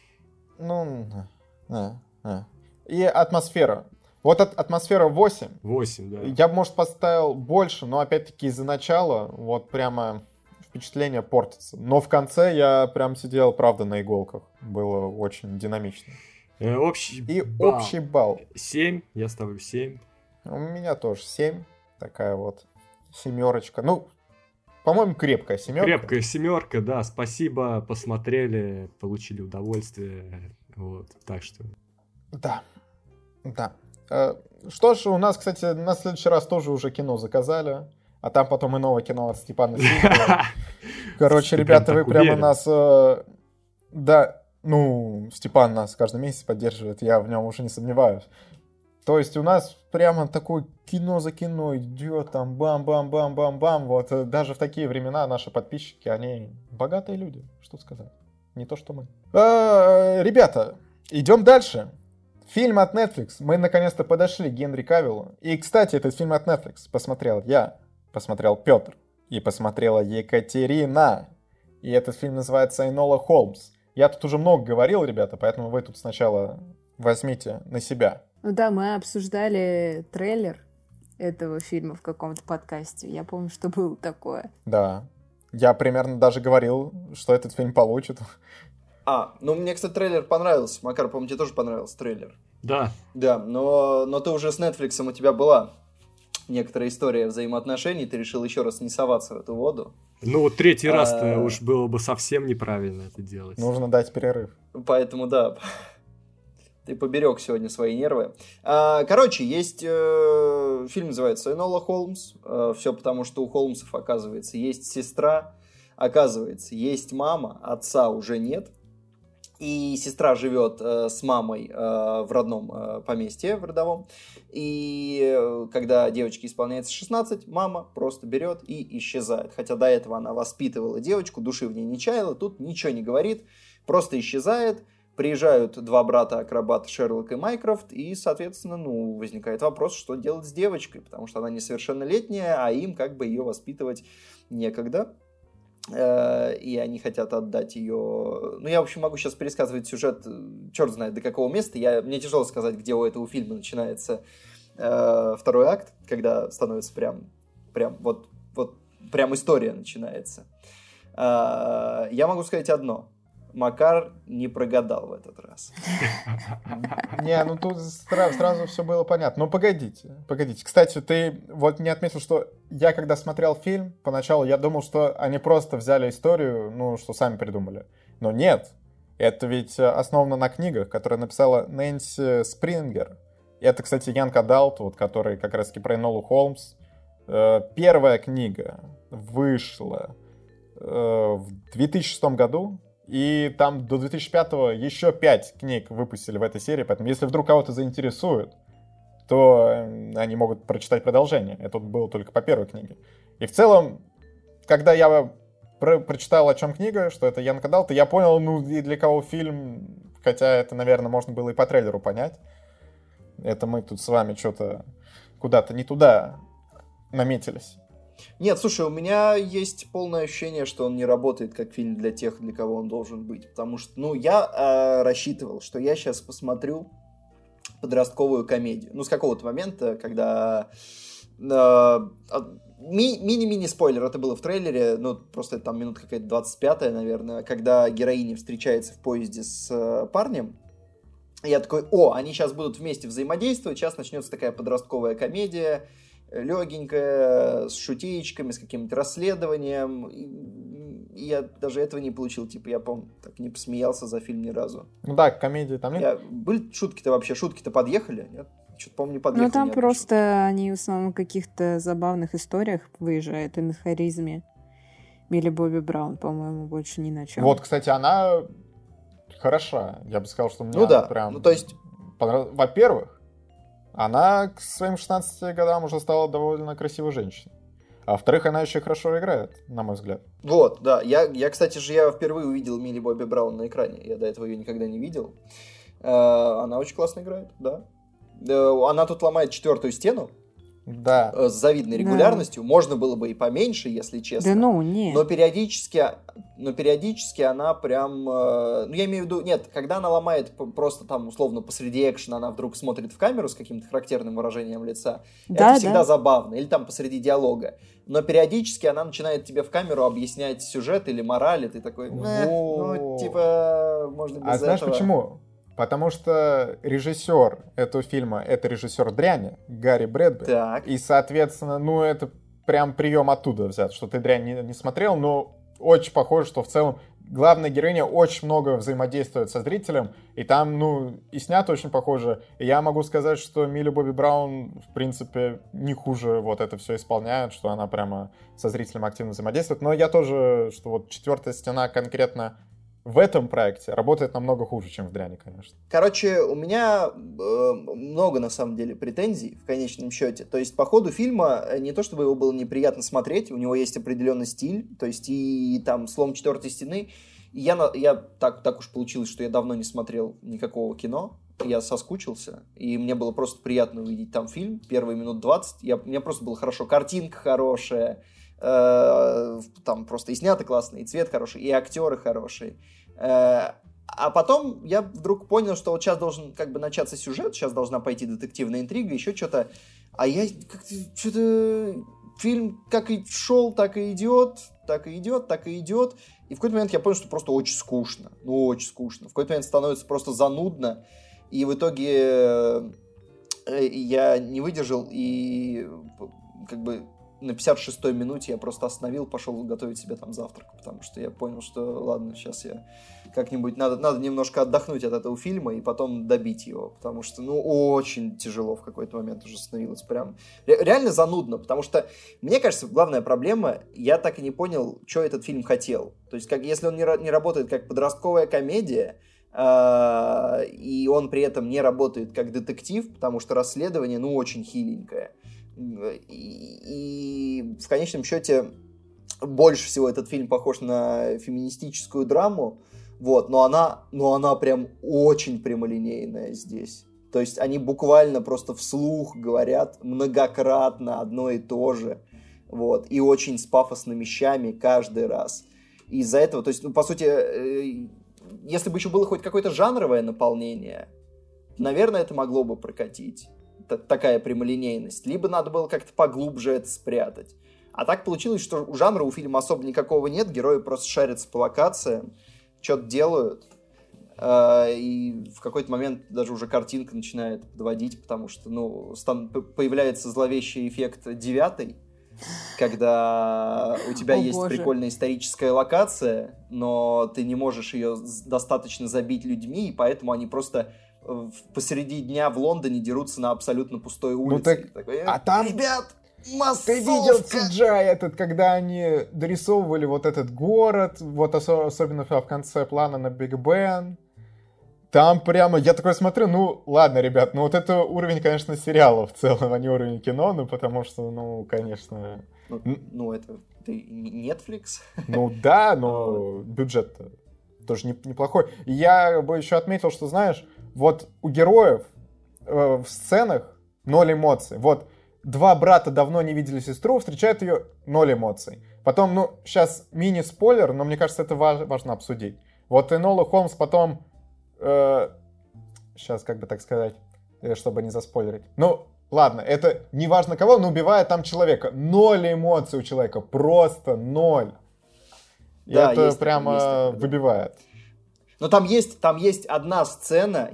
И атмосфера. Вот атмосфера 8.
8, да.
Я бы, может, поставил больше, но опять-таки из-за начала вот прямо впечатление портится. Но в конце я прям сидел, правда, на иголках. Было очень динамично.
Общий
балл.
7, я ставлю 7.
У меня тоже 7. Такая вот семерочка. По-моему, крепкая семерка.
Крепкая семерка, да. Спасибо, посмотрели, получили удовольствие. Вот, так что...
Да. Что ж, у нас, кстати, на следующий раз тоже уже кино заказали. а там потом и новое кино от Степана Сидорова. Короче, ребята, вы прямо нас... Да, ну, Степан нас каждый месяц поддерживает, я в нем уже не сомневаюсь. То есть у нас прямо такое кино за кино идет, там бам-бам-бам-бам-бам. Вот даже в такие времена наши подписчики, они богатые люди, что сказать. Не то, что мы. Ребята, идем дальше. Фильм от Netflix. Мы наконец-то подошли к Генри Кавиллу. И, кстати, этот фильм от Netflix посмотрел я, посмотрел Петр и посмотрела Екатерина. И этот фильм называется «Энола Холмс». Я тут уже много говорил, ребята, поэтому вы тут сначала возьмите на себя.
Ну да, мы обсуждали трейлер этого фильма в каком-то подкасте. Я помню, что было такое.
Да. Я примерно даже говорил, что этот фильм получит.
Ну мне, кстати, трейлер понравился. Макар, по-моему, тебе тоже понравился трейлер.
Да.
Да, но ты уже с Netflix, у тебя была некоторая история взаимоотношений, ты решил еще раз не соваться в эту воду.
Ну вот третий раз-то уж было бы совсем неправильно это делать.
Нужно дать перерыв.
Поэтому, да, ты поберег сегодня свои нервы. Короче, есть фильм, называется «Энола Холмс». Все потому, что у Холмсов, оказывается, есть сестра, оказывается, есть мама, отца уже нет. И сестра живет с мамой в родном поместье, в родовом. И когда девочке исполняется 16, мама просто берет и исчезает. Хотя до этого она воспитывала девочку, души в ней не чаяла, тут ничего не говорит, просто исчезает. Приезжают два брата-акробата Шерлок и Майкрофт, и, соответственно, возникает вопрос, что делать с девочкой, потому что она несовершеннолетняя, а им как бы ее воспитывать некогда. И они хотят отдать ее... я, в общем, могу сейчас пересказывать сюжет, черт знает до какого места. Мне тяжело сказать, где у этого фильма начинается второй акт, когда становится прям история начинается. Я могу сказать одно. Макар не прогадал в этот раз.
Не, тут сразу все было понятно. Погодите. Кстати, ты вот не отметил, что я, когда смотрел фильм, поначалу я думал, что они просто взяли историю, что сами придумали. Но нет. Это ведь основано на книгах, которые написала Нэнси Спрингер. Это, кстати, Янг Адалт, который как раз-таки про Энолу Холмс. Первая книга вышла в 2006 году. И там до 2005-го еще 5 книг выпустили в этой серии, поэтому если вдруг кого-то заинтересует, то они могут прочитать продолжение. Это было только по первой книге. И в целом, когда я прочитал, о чем книга, что это Янг Адалт, я понял, и для кого фильм, хотя это, наверное, можно было и по трейлеру понять. Это мы тут с вами что-то куда-то не туда наметились.
Нет, слушай, у меня есть полное ощущение, что он не работает как фильм для тех, для кого он должен быть. Потому что, я рассчитывал, что я сейчас посмотрю подростковую комедию. С какого-то момента, когда... Мини-спойлер, это было в трейлере, просто там минут какая-то 25-я, наверное, когда героиня встречается в поезде с парнем. И я такой, они сейчас будут вместе взаимодействовать, сейчас начнется такая подростковая комедия, легенькая, с шутеечками, с каким-то расследованием. И я даже этого не получил. Я, по-моему, так не посмеялся за фильм ни разу.
Да, комедии там нет.
Были шутки-то вообще? Шутки-то подъехали? Нет? Что-то, по-моему, не подъехали.
Там просто шутки. Они в основном в каких-то забавных историях выезжают и на харизме. Милли Бобби Браун, по-моему, больше ни на чем.
Вот, кстати, она хороша. Я бы сказал, что мне прям...
то есть...
Во-первых, она к своим 16 годам уже стала довольно красивой женщиной. А во-вторых, она еще хорошо играет, на мой взгляд.
Вот, да. Кстати же, я впервые увидел Милли Бобби Браун на экране. Я до этого ее никогда не видел. Она очень классно играет, да. Она тут ломает четвертую стену.
Да.
С завидной регулярностью. Да. Можно было бы и поменьше, если честно.
Да нет.
Но периодически она прям... я имею в виду... Нет, когда она ломает просто там, условно, посреди экшена, она вдруг смотрит в камеру с каким-то характерным выражением лица.
Да,
это всегда забавно. Или там посреди диалога. Но периодически она начинает тебе в камеру объяснять сюжет или мораль, и ты такой... можно без этого.
А знаешь почему? Потому что режиссер этого фильма — это режиссер «Дряни» Гарри Брэдбери.
Так.
И, соответственно, это прям прием оттуда взят, что ты «Дрянь» не смотрел, но очень похоже, что в целом главная героиня очень много взаимодействует со зрителем, и там, ну, и снято очень похоже. И я могу сказать, что Милли Бобби Браун, в принципе, не хуже вот это все исполняет, что она прямо со зрителем активно взаимодействует. Но я тоже, что вот «Четвертая стена» конкретно в этом проекте работает намного хуже, чем в «Дряни», конечно.
Короче, у меня много, на самом деле, претензий в конечном счете. То есть, по ходу фильма, не то чтобы его было неприятно смотреть, у него есть определенный стиль, то есть, и там «Слом четвертой стены». И я так уж получилось, что я давно не смотрел никакого кино, я соскучился, и мне было просто приятно увидеть там фильм, первые минут 20, мне просто было хорошо, картинка хорошая, там просто и снято классно, и цвет хороший, и актеры хорошие. А потом я вдруг понял, что вот сейчас должен как бы начаться сюжет, сейчас должна пойти детективная интрига, еще что-то. А я как-то что-то... Фильм как и шел, так и идет, так и идет, так и идет. И в какой-то момент я понял, что просто очень скучно. Ну, очень скучно. В какой-то момент становится просто занудно. И в итоге я не выдержал и как бы... На 56-й минуте я просто остановил, пошел готовить себе там завтрак, потому что я понял, что ладно, сейчас я как-нибудь... Надо немножко отдохнуть от этого фильма и потом добить его, потому что, ну, очень тяжело в какой-то момент уже становилось прям... Реально занудно, потому что, мне кажется, главная проблема, я так и не понял, что этот фильм хотел. То есть, если он не работает как подростковая комедия, и он при этом не работает как детектив, потому что расследование, ну, очень хиленькое, и в конечном счете больше всего этот фильм похож на феминистическую драму, вот, но она прям очень прямолинейная здесь. То есть они буквально просто вслух говорят многократно одно и то же, вот, и очень с пафосными вещами каждый раз. И из-за этого, то есть, ну, по сути, если бы еще было хоть какое-то жанровое наполнение, наверное, это могло бы прокатить. Такая прямолинейность. Либо надо было как-то поглубже это спрятать. А так получилось, что у жанра у фильма особо никакого нет, герои просто шарятся по локациям, что-то делают, и в какой-то момент даже уже картинка начинает подводить, потому что, ну, появляется зловещий эффект 9, когда у тебя есть прикольная историческая локация, но ты не можешь ее достаточно забить людьми, и поэтому они просто посреди дня в Лондоне дерутся на абсолютно пустой улице.
Ну, а там,
ребят, массовка!
Ты видел CGI этот, когда они дорисовывали вот этот город, вот особенно в конце плана на Биг Бен. Там прямо, я такой смотрю, ну, ладно, ребят, ну вот это уровень, конечно, сериала в целом, а не уровень кино, ну, потому что, ну, конечно...
Ну, это Netflix.
Ну, да, но бюджет-то тоже неплохой. И я бы еще отметил, что, знаешь, вот у героев в сценах 0 эмоций. Вот два брата давно не видели сестру, встречают ее 0 эмоций. Потом, ну, сейчас мини-спойлер, но мне кажется, это важно обсудить. Вот Энола Холмс потом... сейчас, как бы так сказать, чтобы не заспойлерить. Ну, ладно, это не важно кого, но убивает там человека. 0 эмоций у человека, просто 0. Да, это прямо выбивает.
Но там есть одна сцена,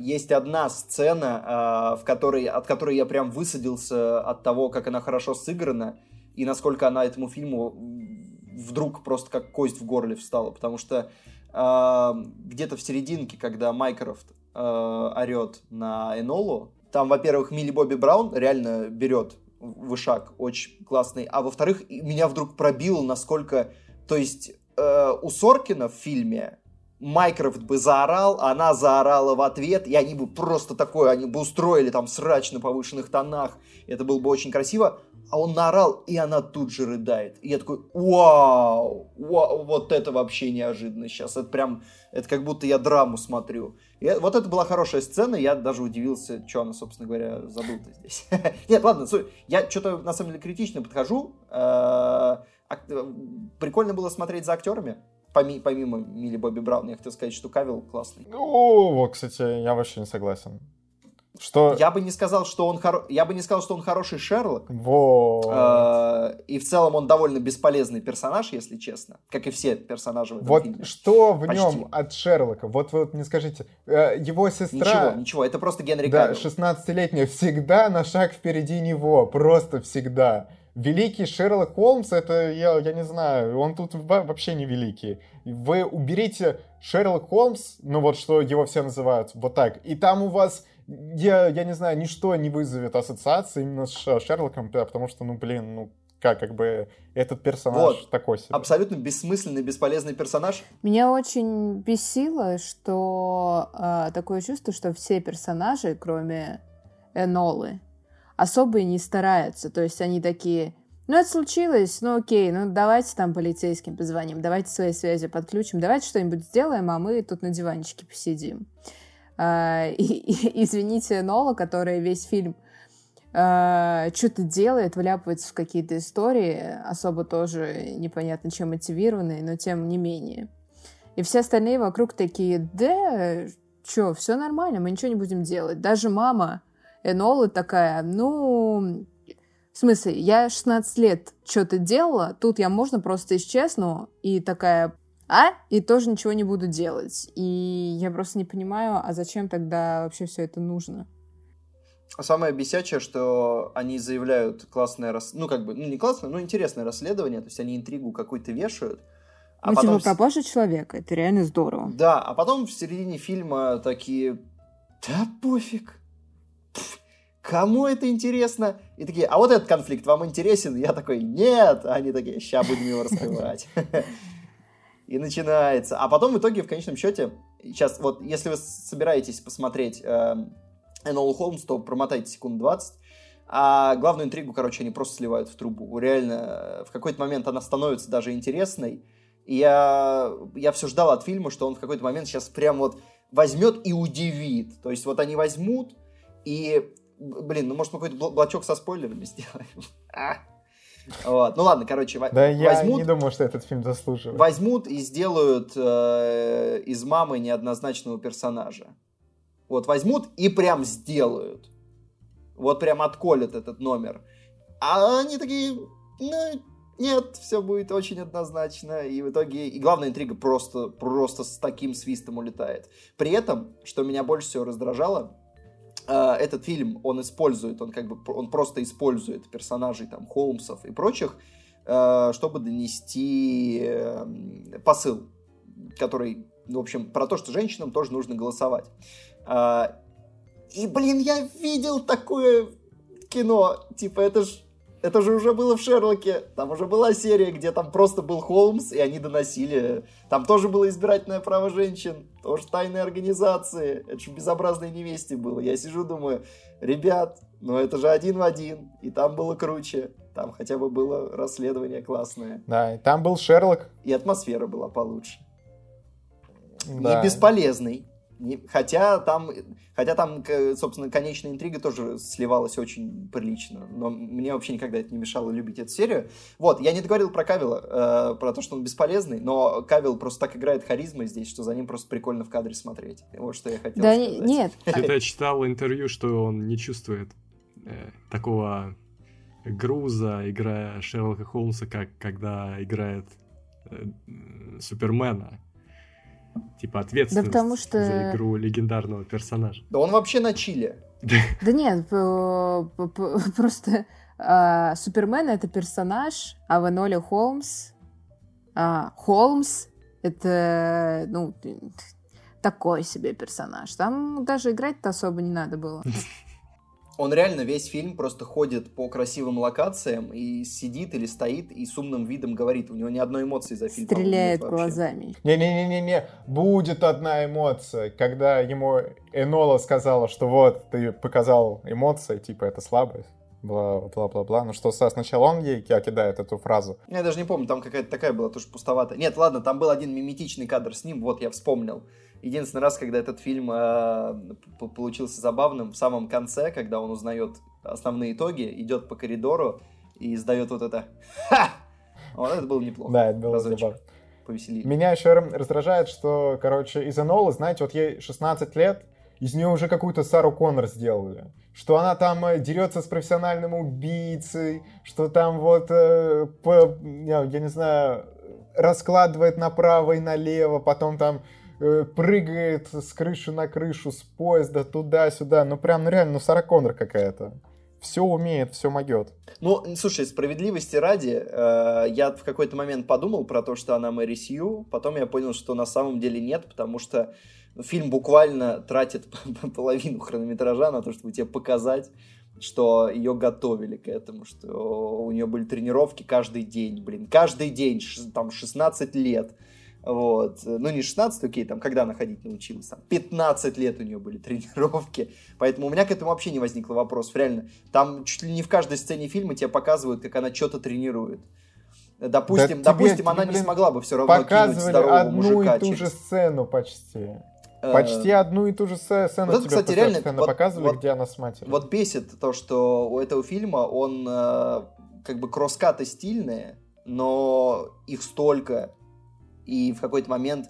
от которой я прям высадился от того, как она хорошо сыграна, и насколько она этому фильму вдруг просто как кость в горле встала. Потому что где-то в серединке, когда Майкрофт орет на Энолу, там, во-первых, Милли Бобби Браун реально берет вышаг очень классный, а во-вторых, меня вдруг пробило, насколько... То есть у Соркина в фильме Майкрофт бы заорал, она заорала в ответ, и они бы просто такое, они бы устроили там срач на повышенных тонах, это было бы очень красиво, а он наорал, и она тут же рыдает. И я такой, вау, вот это вообще неожиданно сейчас, это как будто я драму смотрю. И вот это была хорошая сцена, я даже удивился, что она, собственно говоря, забыл-то здесь. Нет, ладно, я что-то на самом деле критично подхожу, прикольно было смотреть за актерами. Помимо Милли Бобби Браун, я хотел сказать, что Кавилл классный.
Ну, вот, кстати, я вообще не согласен. Что...
Я бы не сказал, что он хороший Шерлок.
Вот.
И в целом он довольно бесполезный персонаж, если честно. Как и все персонажи в этом
вот
фильме.
Вот что в нем от Шерлока? Вот мне скажите. Его сестра...
Ничего, это просто Генри Кавилл.
Да, 16-летняя, всегда на шаг впереди него. Просто всегда. великий Шерлок Холмс, это, я не знаю, он тут вообще не великий. Вы уберите Шерлок Холмс, ну вот что его все называют, вот так, и там у вас, я не знаю, ничто не вызовет ассоциации именно с Шерлоком, потому что, как бы этот персонаж
вот,
такой себе.
Абсолютно бессмысленный, бесполезный персонаж.
Меня очень бесило, что такое чувство, что все персонажи, кроме Энолы, особо и не стараются. То есть они такие, это случилось, окей, давайте там полицейским позвоним, давайте свои связи подключим, давайте что-нибудь сделаем, а мы тут на диванчике посидим. Извините, Энола, которая весь фильм что-то делает, вляпывается в какие-то истории, особо тоже непонятно чем мотивированные, но тем не менее. И все остальные вокруг такие, да, что, все нормально, мы ничего не будем делать. Даже мама Энолы такая, в смысле, я 16 лет что-то делала, тут я можно просто исчезну, и такая, и тоже ничего не буду делать. И я просто не понимаю, а зачем тогда вообще все это нужно?
Самое бесячее, что они заявляют классное не классное, но интересное расследование, то есть они интригу какую-то вешают.
А потом пропажа человека, это реально здорово.
Да, а потом в середине фильма такие, да пофиг, кому это интересно? И такие, а вот этот конфликт вам интересен? Я такой, нет, а они такие, ща будем его раскрывать. И начинается. А потом в итоге, в конечном счете, сейчас вот, если вы собираетесь посмотреть Энолу Холмс, то промотайте секунд 20. А главную интригу, они просто сливают в трубу. Реально, в какой-то момент она становится даже интересной. И я все ждал от фильма, что он в какой-то момент сейчас прям вот возьмет и удивит. То есть вот они возьмут и... может, мы какой-то блочок со спойлерами сделаем? Вот. Ну ладно,
Да, я не думаю, что этот фильм заслуживает.
Возьмут и сделают из мамы неоднозначного персонажа. Вот возьмут и прям сделают. Вот прям отколят этот номер. А они такие, нет, все будет очень однозначно. И в итоге, и главная интрига просто с таким свистом улетает. При этом, что меня больше всего раздражало, этот фильм, он просто использует персонажей там Холмсов и прочих, чтобы донести посыл, который, в общем, про то, что женщинам тоже нужно голосовать. И, я видел такое кино, типа, это же уже было в Шерлоке, там уже была серия, где там просто был Холмс, и они доносили, там тоже было избирательное право женщин, тоже тайные организации, это же в «Безобразной невесте» было. Я сижу, думаю, ребят, это же 1 в 1, и там было круче, там хотя бы было расследование классное.
Да, и там был Шерлок.
И атмосфера была получше.
Да.
Не бесполезный. Хотя там, собственно, конечная интрига тоже сливалась очень прилично. Но мне вообще никогда это не мешало любить эту серию. Вот, я не договорил про Кавилла, про то, что он бесполезный, но Кавилл просто так играет харизмой здесь, что за ним просто прикольно в кадре смотреть. Вот что я хотел сказать.
Нет.
Я читал интервью, что он не чувствует такого груза, играя Шерлока Холмса, как когда играет Супермена. Типа ответственность за игру легендарного персонажа.
Да он вообще на чиле.
Да нет, просто Супермен — это персонаж, а в Эноле Холмс это, такой себе персонаж. Там даже играть-то особо не надо было.
Он реально весь фильм просто ходит по красивым локациям и сидит или стоит и с умным видом говорит. У него ни одной эмоции за фильм.
Стреляет глазами.
Не-не-не-не, будет одна эмоция. Когда ему Энола сказала, что вот, ты показал эмоции, типа это слабость, бла-бла-бла-бла. Ну что, сначала он ей кидает эту фразу.
Я даже не помню, там какая-то такая была, тоже пустоватая. Нет, ладно, там был один миметичный кадр с ним, вот я вспомнил. Единственный раз, когда этот фильм получился забавным, в самом конце, когда он узнает основные итоги, идет по коридору и издает вот это «Ха!». Вот это было неплохо.
Да, это было забавно.
Повеселее.
Меня еще раздражает, что, из Энолы, знаете, вот ей 16 лет, из нее уже какую-то Сару Коннор сделали. Что она там дерется с профессиональным убийцей, что там вот, я не знаю, раскладывает направо и налево, потом там прыгает с крыши на крышу, с поезда туда-сюда. Реально, Сара Коннор какая-то. все умеет, все могет.
Ну, слушай, справедливости ради, я в какой-то момент подумал про то, что она Мэри Сью, потом я понял, что на самом деле нет, потому что фильм буквально тратит половину хронометража на то, чтобы тебе показать, что ее готовили к этому, что у нее были тренировки каждый день, каждый день, там, 16 лет. Вот. Ну, не 16, окей, там, когда она ходить научилась, там, 15 лет у нее были тренировки, поэтому у меня к этому вообще не возникло вопросов, реально, там чуть ли не в каждой сцене фильма тебе показывают, как она что-то тренирует. Допустим, она не смогла бы все равно кинуть здорового мужика.
Показывали одну и ту же сцену почти одну и ту же сцену
вот,
тебе
кстати, реально,
показывали, где она с матерью.
Вот бесит то, что у этого фильма он как бы кросскаты стильные, но их столько. И в какой-то момент...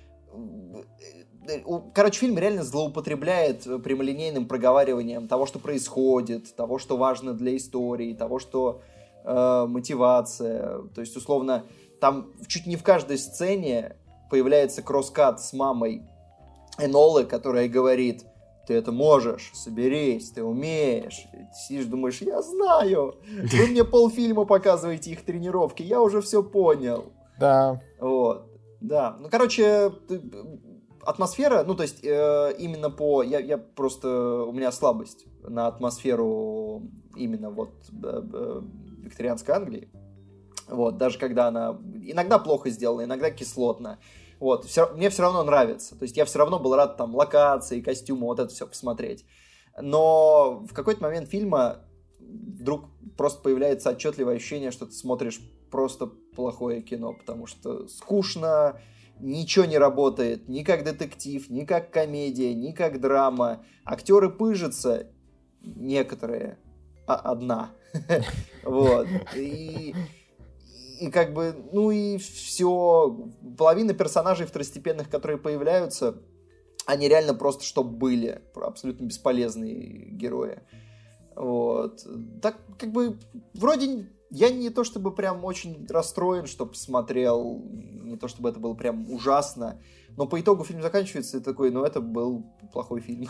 Короче, фильм реально злоупотребляет прямолинейным проговариванием того, что происходит, того, что важно для истории, того, что мотивация. То есть, условно, там чуть не в каждой сцене появляется кросскат с мамой Энолы, которая говорит: ты это можешь, соберись, ты умеешь. И ты сидишь, думаешь: я знаю, вы мне полфильма показываете их тренировки, я уже все понял.
Да.
Вот. Да. Ну, короче, атмосфера, ну, то есть, именно по... Я просто... У меня слабость на атмосферу именно вот викторианской Англии. Вот. Даже когда она иногда плохо сделана, иногда кислотно. Вот. Мне все равно нравится. То есть, я все равно был рад там локации, костюму, вот это все посмотреть. Но в какой-то момент фильма вдруг просто появляется отчетливое ощущение, что ты смотришь просто плохое кино, потому что скучно, ничего не работает, ни как детектив, ни как комедия, ни как драма. Актеры пыжатся, некоторые, одна. Вот. И как бы, ну и все. Половина персонажей второстепенных, которые появляются, они реально просто чтобы были. Абсолютно бесполезные герои. Вот. Так, как бы, вроде я не то чтобы прям очень расстроен, что посмотрел, не то чтобы это было прям ужасно, но по итогу фильм заканчивается и такой: ну это был плохой фильм.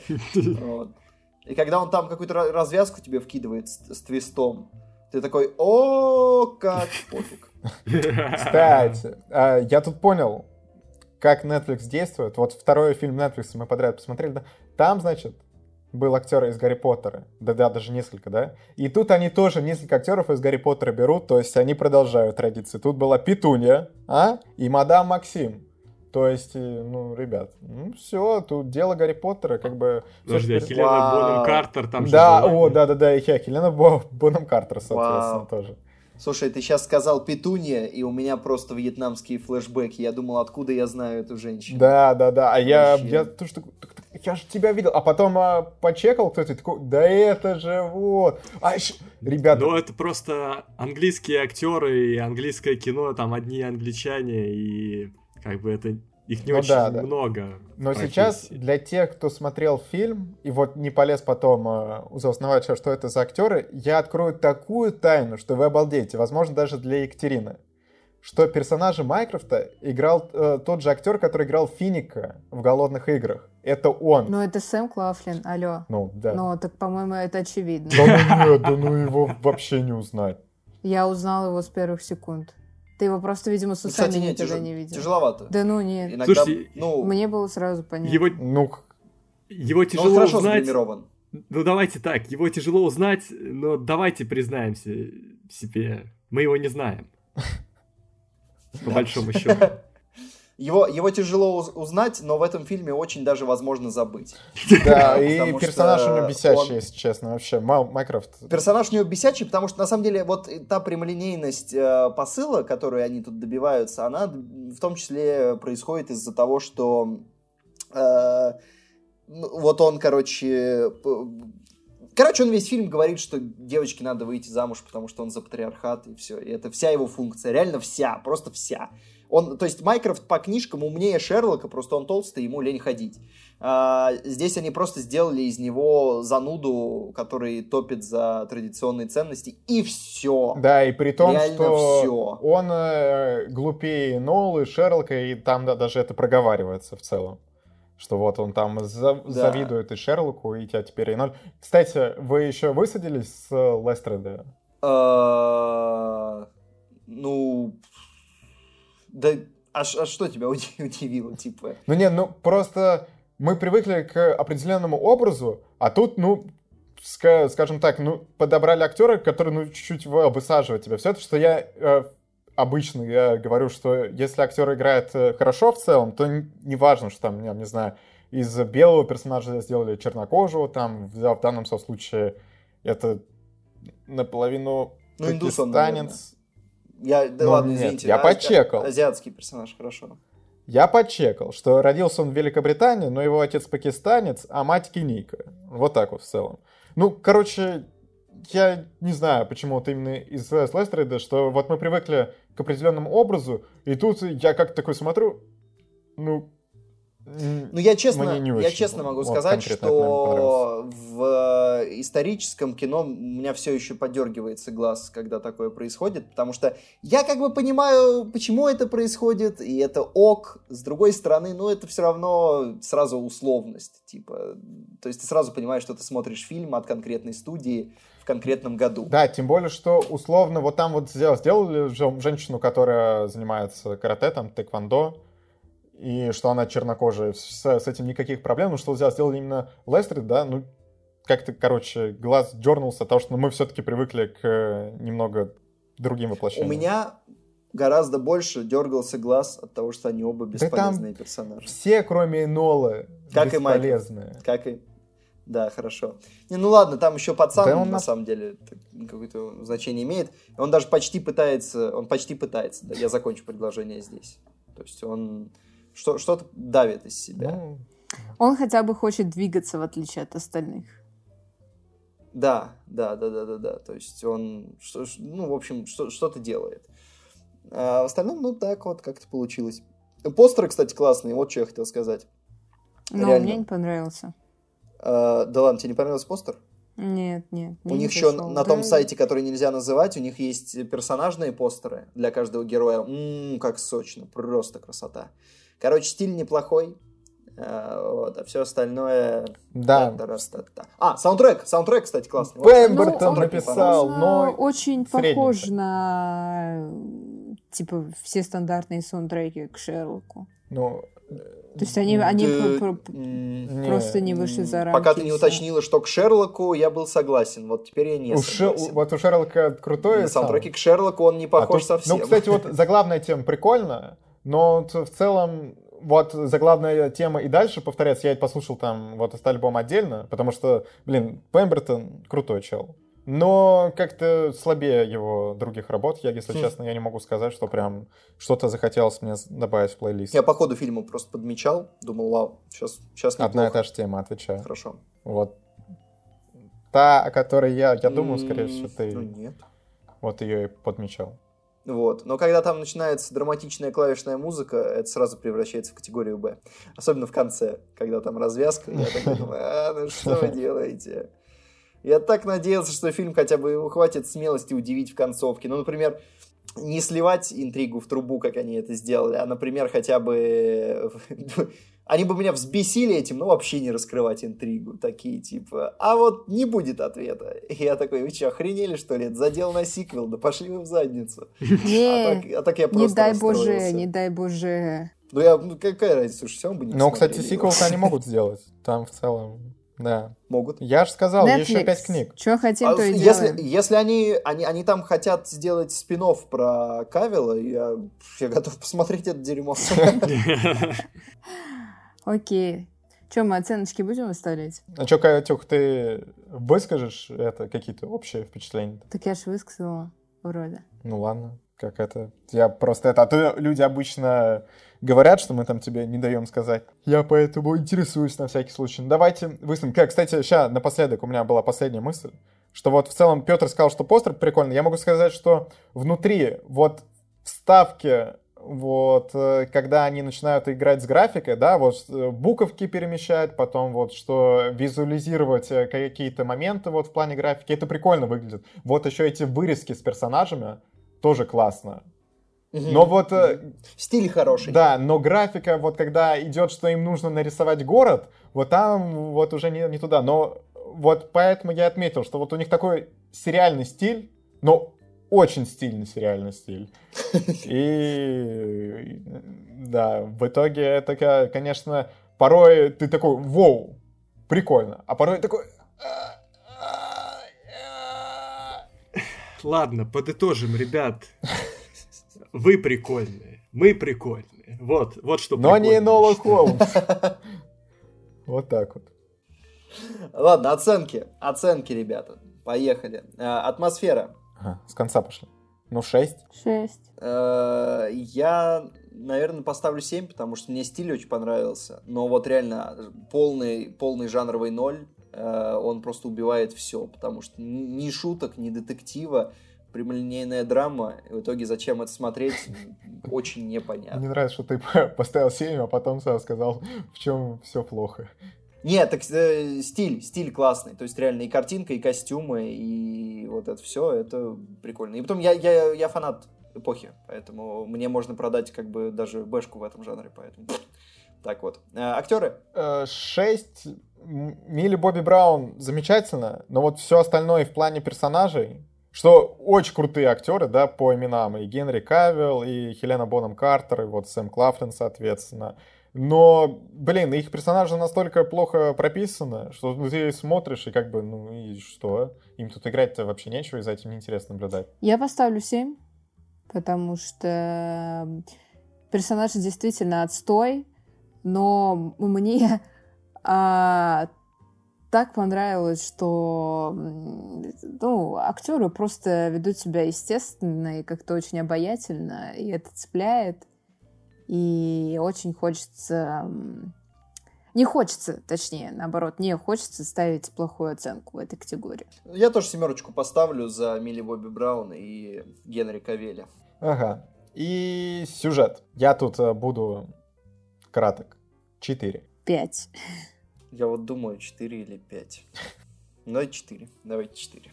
И когда он там какую-то развязку тебе вкидывает с твистом, ты такой: о, как пофиг.
Кстати, я тут понял, как Netflix действует. Вот второй фильм Netflix мы подряд посмотрели, да? Там, значит, был актер из Гарри Поттера. Да, даже несколько, да? И тут они тоже несколько актеров из Гарри Поттера берут, то есть они продолжают традиции. Тут была Петунья, и мадам Максим. То есть, ну, ребят, ну все, тут дело Гарри Поттера, как бы...
Подожди, Хелена Бонем Картер там же
да,
была.
Да, и Хелена Бонем Картер, соответственно, тоже.
Слушай, ты сейчас сказал Петунья, и у меня просто вьетнамские флешбеки. Я думал, откуда я знаю эту женщину.
Да. А я тоже такой: я же тебя видел. А потом почекал кто-то и такой: да это же вот. Ребята.
Ну, это просто английские актеры и английское кино, там одни англичане, и как бы это... Их не очень много.
Но сейчас для тех, кто смотрел фильм и вот не полез потом узнавать, что это за актеры, я открою такую тайну, что вы обалдеете. Возможно, даже для Екатерины. Что персонажа Майкрофта играл тот же актер, который играл Финика в «Голодных играх». Это он.
Ну, это Сэм Клафлин, алло.
Ну, да.
Ну, так, по-моему, это очевидно.
Да ну его вообще не узнать.
Я узнала его с первых секунд. Ты его просто, видимо, с усами никогда не видел.
Тяжеловато.
Да ну нет.
Иногда,
слушайте,
мне было сразу понятно.
Его тяжело
хорошо
узнать.
сгримирован.
Ну давайте так, его тяжело узнать, но давайте признаемся себе, мы его не знаем. По большому счету.
Его тяжело узнать, но в этом фильме очень даже возможно забыть.
Да, и персонаж у него бесячий, если честно, вообще. Майкрофт.
Персонаж у него бесячий, потому что, на самом деле, вот та прямолинейность посыла, которую они тут добиваются, она в том числе происходит из-за того, что вот он, короче, он весь фильм говорит, что девочке надо выйти замуж, потому что он за патриархат, и все. И это вся его функция, реально вся, просто вся. То есть Майкрофт по книжкам умнее Шерлока, просто он толстый, ему лень ходить. Здесь они просто сделали из него зануду, который топит за традиционные ценности, и все.
Да, и при том,
реально
что
все.
Он глупее Нолы, Шерлока, и там даже это проговаривается в целом. Что вот он там завидует и Шерлоку, и тебя теперь A0. Кстати, вы еще высадились с Лестреда?
Ну... Да... А что тебя удивило, типа?
Ну просто мы привыкли к определенному образу, а тут, скажем так, подобрали актера, который, чуть-чуть высаживает тебя. Все это, что обычно я говорю, что если актер играет хорошо в целом, то не важно, что там, не знаю, из белого персонажа сделали чернокожего, там, в данном случае это наполовину пакистанец.
Ладно, извините.
Я почекал.
Азиатский персонаж, хорошо.
Я почекал, что родился он в Великобритании, но его отец пакистанец, а мать кенийка. Вот так вот в целом. Короче, я не знаю, почему вот именно из Лестреда, что вот мы привыкли к определенному образу, и тут я как-то такой смотрю,
я честно могу сказать, что в историческом кино у меня все еще подергивается глаз, когда такое происходит, потому что я как бы понимаю, почему это происходит, и это ок. С другой стороны, это все равно сразу условность, типа, то есть ты сразу понимаешь, что ты смотришь фильм от конкретной студии в конкретном году.
Да, тем более, что условно вот там вот сделали женщину, которая занимается карате, там, тэквондо, и что она чернокожая, с этим никаких проблем, но что сделали именно Лестрид, да, как-то, глаз дернулся от того, что мы все-таки привыкли к немного другим воплощениям.
У меня гораздо больше дергался глаз от того, что они оба бесполезные персонажи.
Все, кроме Энолы, бесполезные.
Да, хорошо. Ладно, там еще пацан, на самом деле, какое-то значение имеет. Он даже почти пытается, да, я закончу предложение здесь. То есть он... Что-то давит из себя.
Он хотя бы хочет двигаться, в отличие от остальных.
Да. То есть он, в общем, что-то делает. А в остальном, так вот как-то получилось. Постеры, кстати, классные. Вот что я хотел сказать.
Мне не понравился.
Да ладно, тебе не понравился постер?
Нет.
У них еще на том сайте, который нельзя называть, у них есть персонажные постеры для каждого героя. Как сочно, просто красота. Короче, стиль неплохой, а все остальное...
Да.
Саундтрек, кстати, классный.
Пембертон написал, но...
Очень похож на, типа, все стандартные саундтреки к Шерлоку. То есть они просто не вышли за рамки.
Пока ты не уточнила, что к Шерлоку, я был согласен. Вот теперь я не согласен.
Вот у Шерлока крутой
на саундтреке к Шерлоку он не похож совсем.
Кстати, вот заглавная тема прикольная, но в целом вот заглавная тема и дальше повторяется. Я послушал там вот этот альбом отдельно, потому что, Пембертон крутой чел. Но как-то слабее его других работ. Если честно, я не могу сказать, что прям что-то захотелось мне добавить в плейлист.
Я по ходу фильма просто подмечал, думал, вау, сейчас неплохо.
Одна и та же тема, отвечаю.
Хорошо.
Вот. Та, о которой я думаю, скорее всего, ты
нет.
Вот ее и подмечал.
Вот. Но когда там начинается драматичная клавишная музыка, это сразу превращается в категорию Б. Особенно в конце, когда там развязка, я такой думаю, что вы делаете? Я так надеялся, что фильм хотя бы хватит смелости удивить в концовке. Например, не сливать интригу в трубу, как они это сделали, а, например, хотя бы... Они бы меня взбесили этим, но вообще не раскрывать интригу. Такие, типа, а вот не будет ответа. И я такой, вы что, охренели, что ли? Это задел на сиквел, да пошли вы в задницу.
А так я просто расстроился. Не дай боже.
Какая разница, уж все бы не
смотрели. Кстати, сиквел-то они могут сделать. Там в целом... Да.
Могут.
Я же сказал, Netflix. Еще 5 книг.
Что хотим, то и делаем.
Если они там хотят сделать спин-офф про Кавилла, я готов посмотреть это дерьмо.
Окей. Что, мы оценочки будем выставлять?
А что, Катюх, ты выскажешь какие-то общие впечатления?
Так я же высказала, вроде.
Ну ладно, как это... Я просто это... А то люди обычно... Говорят, что мы там тебе не даем сказать. Я поэтому интересуюсь на всякий случай. Давайте выставим. Кстати, сейчас напоследок у меня была последняя мысль, что вот в целом Петр сказал, что постер прикольный. Я могу сказать, что внутри вот вставки, вот когда они начинают играть с графикой, да, вот буковки перемещают, потом вот что визуализировать какие-то моменты вот в плане графики, это прикольно выглядит. Вот еще эти вырезки с персонажами тоже классно. Но вот...
Стиль хороший.
Да, но графика, вот когда идет, что им нужно нарисовать город, вот там вот уже не туда. Но вот поэтому я отметил, что вот у них такой сериальный стиль, но очень стильный сериальный стиль. И да, в итоге это, конечно, порой ты такой, воу, прикольно. А порой такой...
Ладно, подытожим, ребят. Вы прикольные, мы прикольные. Вот что
но
прикольно.
Не Нола Холмс. Вот так вот.
Ладно, оценки, ребята. Поехали. Атмосфера.
Ага, с конца пошли. 6.
6.
Я, наверное, поставлю 7, потому что мне стиль очень понравился. Но вот реально полный жанровый 0. Он просто убивает все, потому что ни шуток, ни детектива, прямолинейная драма. И в итоге зачем это смотреть, очень непонятно.
Мне нравится, что ты поставил 7, а потом сам сказал, в чем все плохо.
Нет, так стиль классный. То есть реально и картинка, и костюмы, и вот это все, это прикольно. И потом я фанат эпохи, поэтому мне можно продать как бы даже бэшку в этом жанре, поэтому... Так вот. Актеры?
6. Милли Бобби Браун замечательно, но вот все остальное в плане персонажей, что очень крутые актеры, да, по именам. И Генри Кавилл, и Хелена Бонем Картер, и вот Сэм Клафлин, соответственно. Но, блин, их персонажи настолько плохо прописаны, что ты смотришь и как бы, ну и что? Им тут играть-то вообще нечего, и за этим неинтересно наблюдать.
Я поставлю 7, потому что персонажи действительно отстой, но мне так понравилось, что актеры просто ведут себя естественно и как-то очень обаятельно, и это цепляет. И очень хочется... Не хочется ставить плохую оценку в этой категории.
Я тоже 7 поставлю за Милли Бобби Браун и Генри Кавилля.
Ага. И сюжет. Я тут буду краток. 4.
5.
Я вот думаю, 4 или 5. Ну, 4. Давайте 4.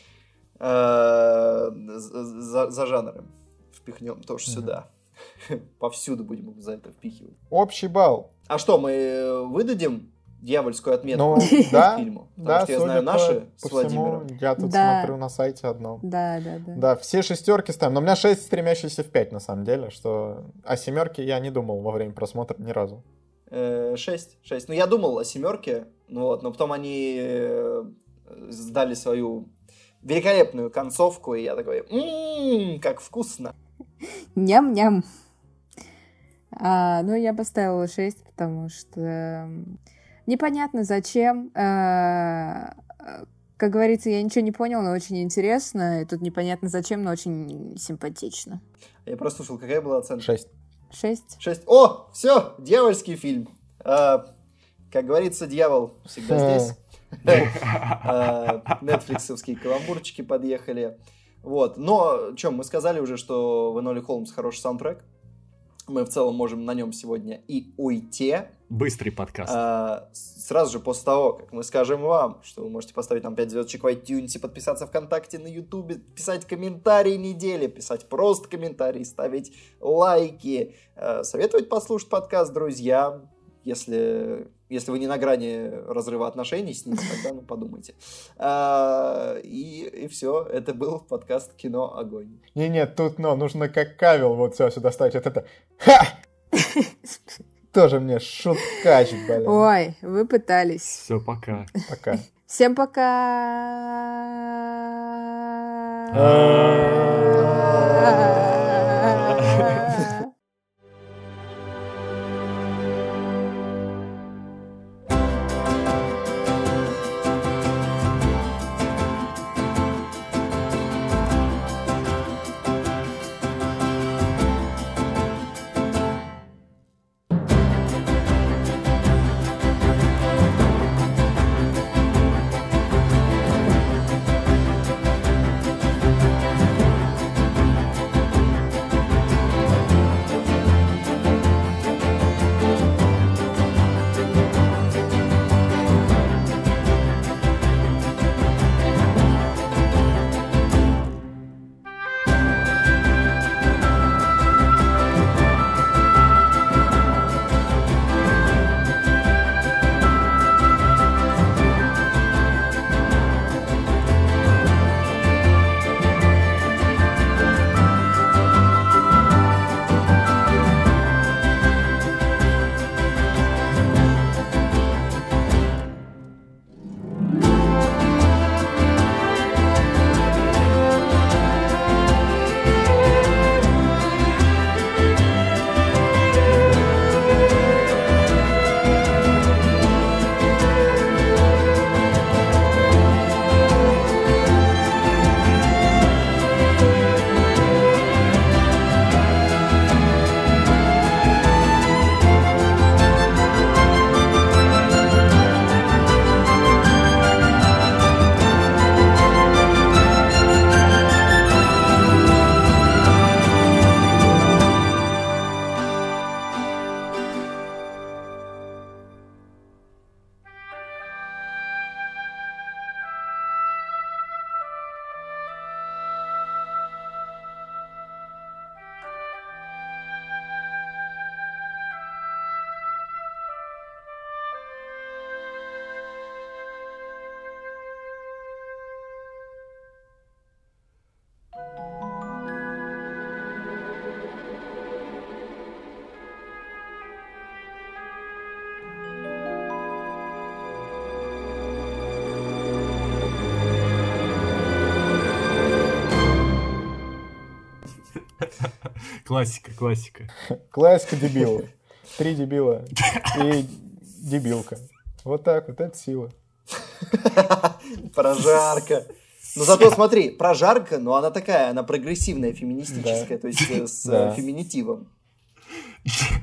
За жанром впихнем тоже сюда. Повсюду будем за это впихивать.
Общий балл.
А что, мы выдадим дьявольскую отметку фильму? Потому что я знаю наши с Владимиром.
Я тут смотрю на сайте одном.
Да.
Да, все 6 ставим. Но у меня 6, стремящиеся в 5, на самом деле. О 7 я не думал во время просмотра ни разу.
6. Ну, я думал о 7, но потом они сдали свою великолепную концовку, и я такой, как вкусно.
Ням-ням. Я поставила 6, потому что непонятно зачем. Как говорится, я ничего не понял, но очень интересно. И тут непонятно зачем, но очень симпатично.
Я прослушал, какая была оценка?
6.
6. О, все, дьявольский фильм. Как говорится, дьявол всегда здесь. Нетфликсовские каламбурчики подъехали. Вот. Но, мы сказали уже, что в Эноли Холмс хороший саундтрек. Мы в целом можем на нем сегодня и уйти.
Быстрый подкаст.
Сразу же после того, как мы скажем вам, что вы можете поставить нам 5 звездочек в iTunes, подписаться ВКонтакте, на Ютубе, писать комментарии недели, писать просто комментарии, ставить лайки, советовать послушать подкаст друзьям. Если вы не на грани разрыва отношений с ними, тогда подумайте. И все, это был подкаст «Кино. Огонь».
Нет, тут нужно как Кавилл вот все сюда ставить. Вот это. Ха! Тоже мне шуткач, блин.
Ой, вы пытались.
Все, пока.
Пока.
Всем пока.
Классика.
Классика дебилов. 3 дебила и дебилка. Вот так вот, это сила.
Прожарка. Но зато смотри, прожарка, но она такая, она прогрессивная, феминистическая, то есть с феминитивом.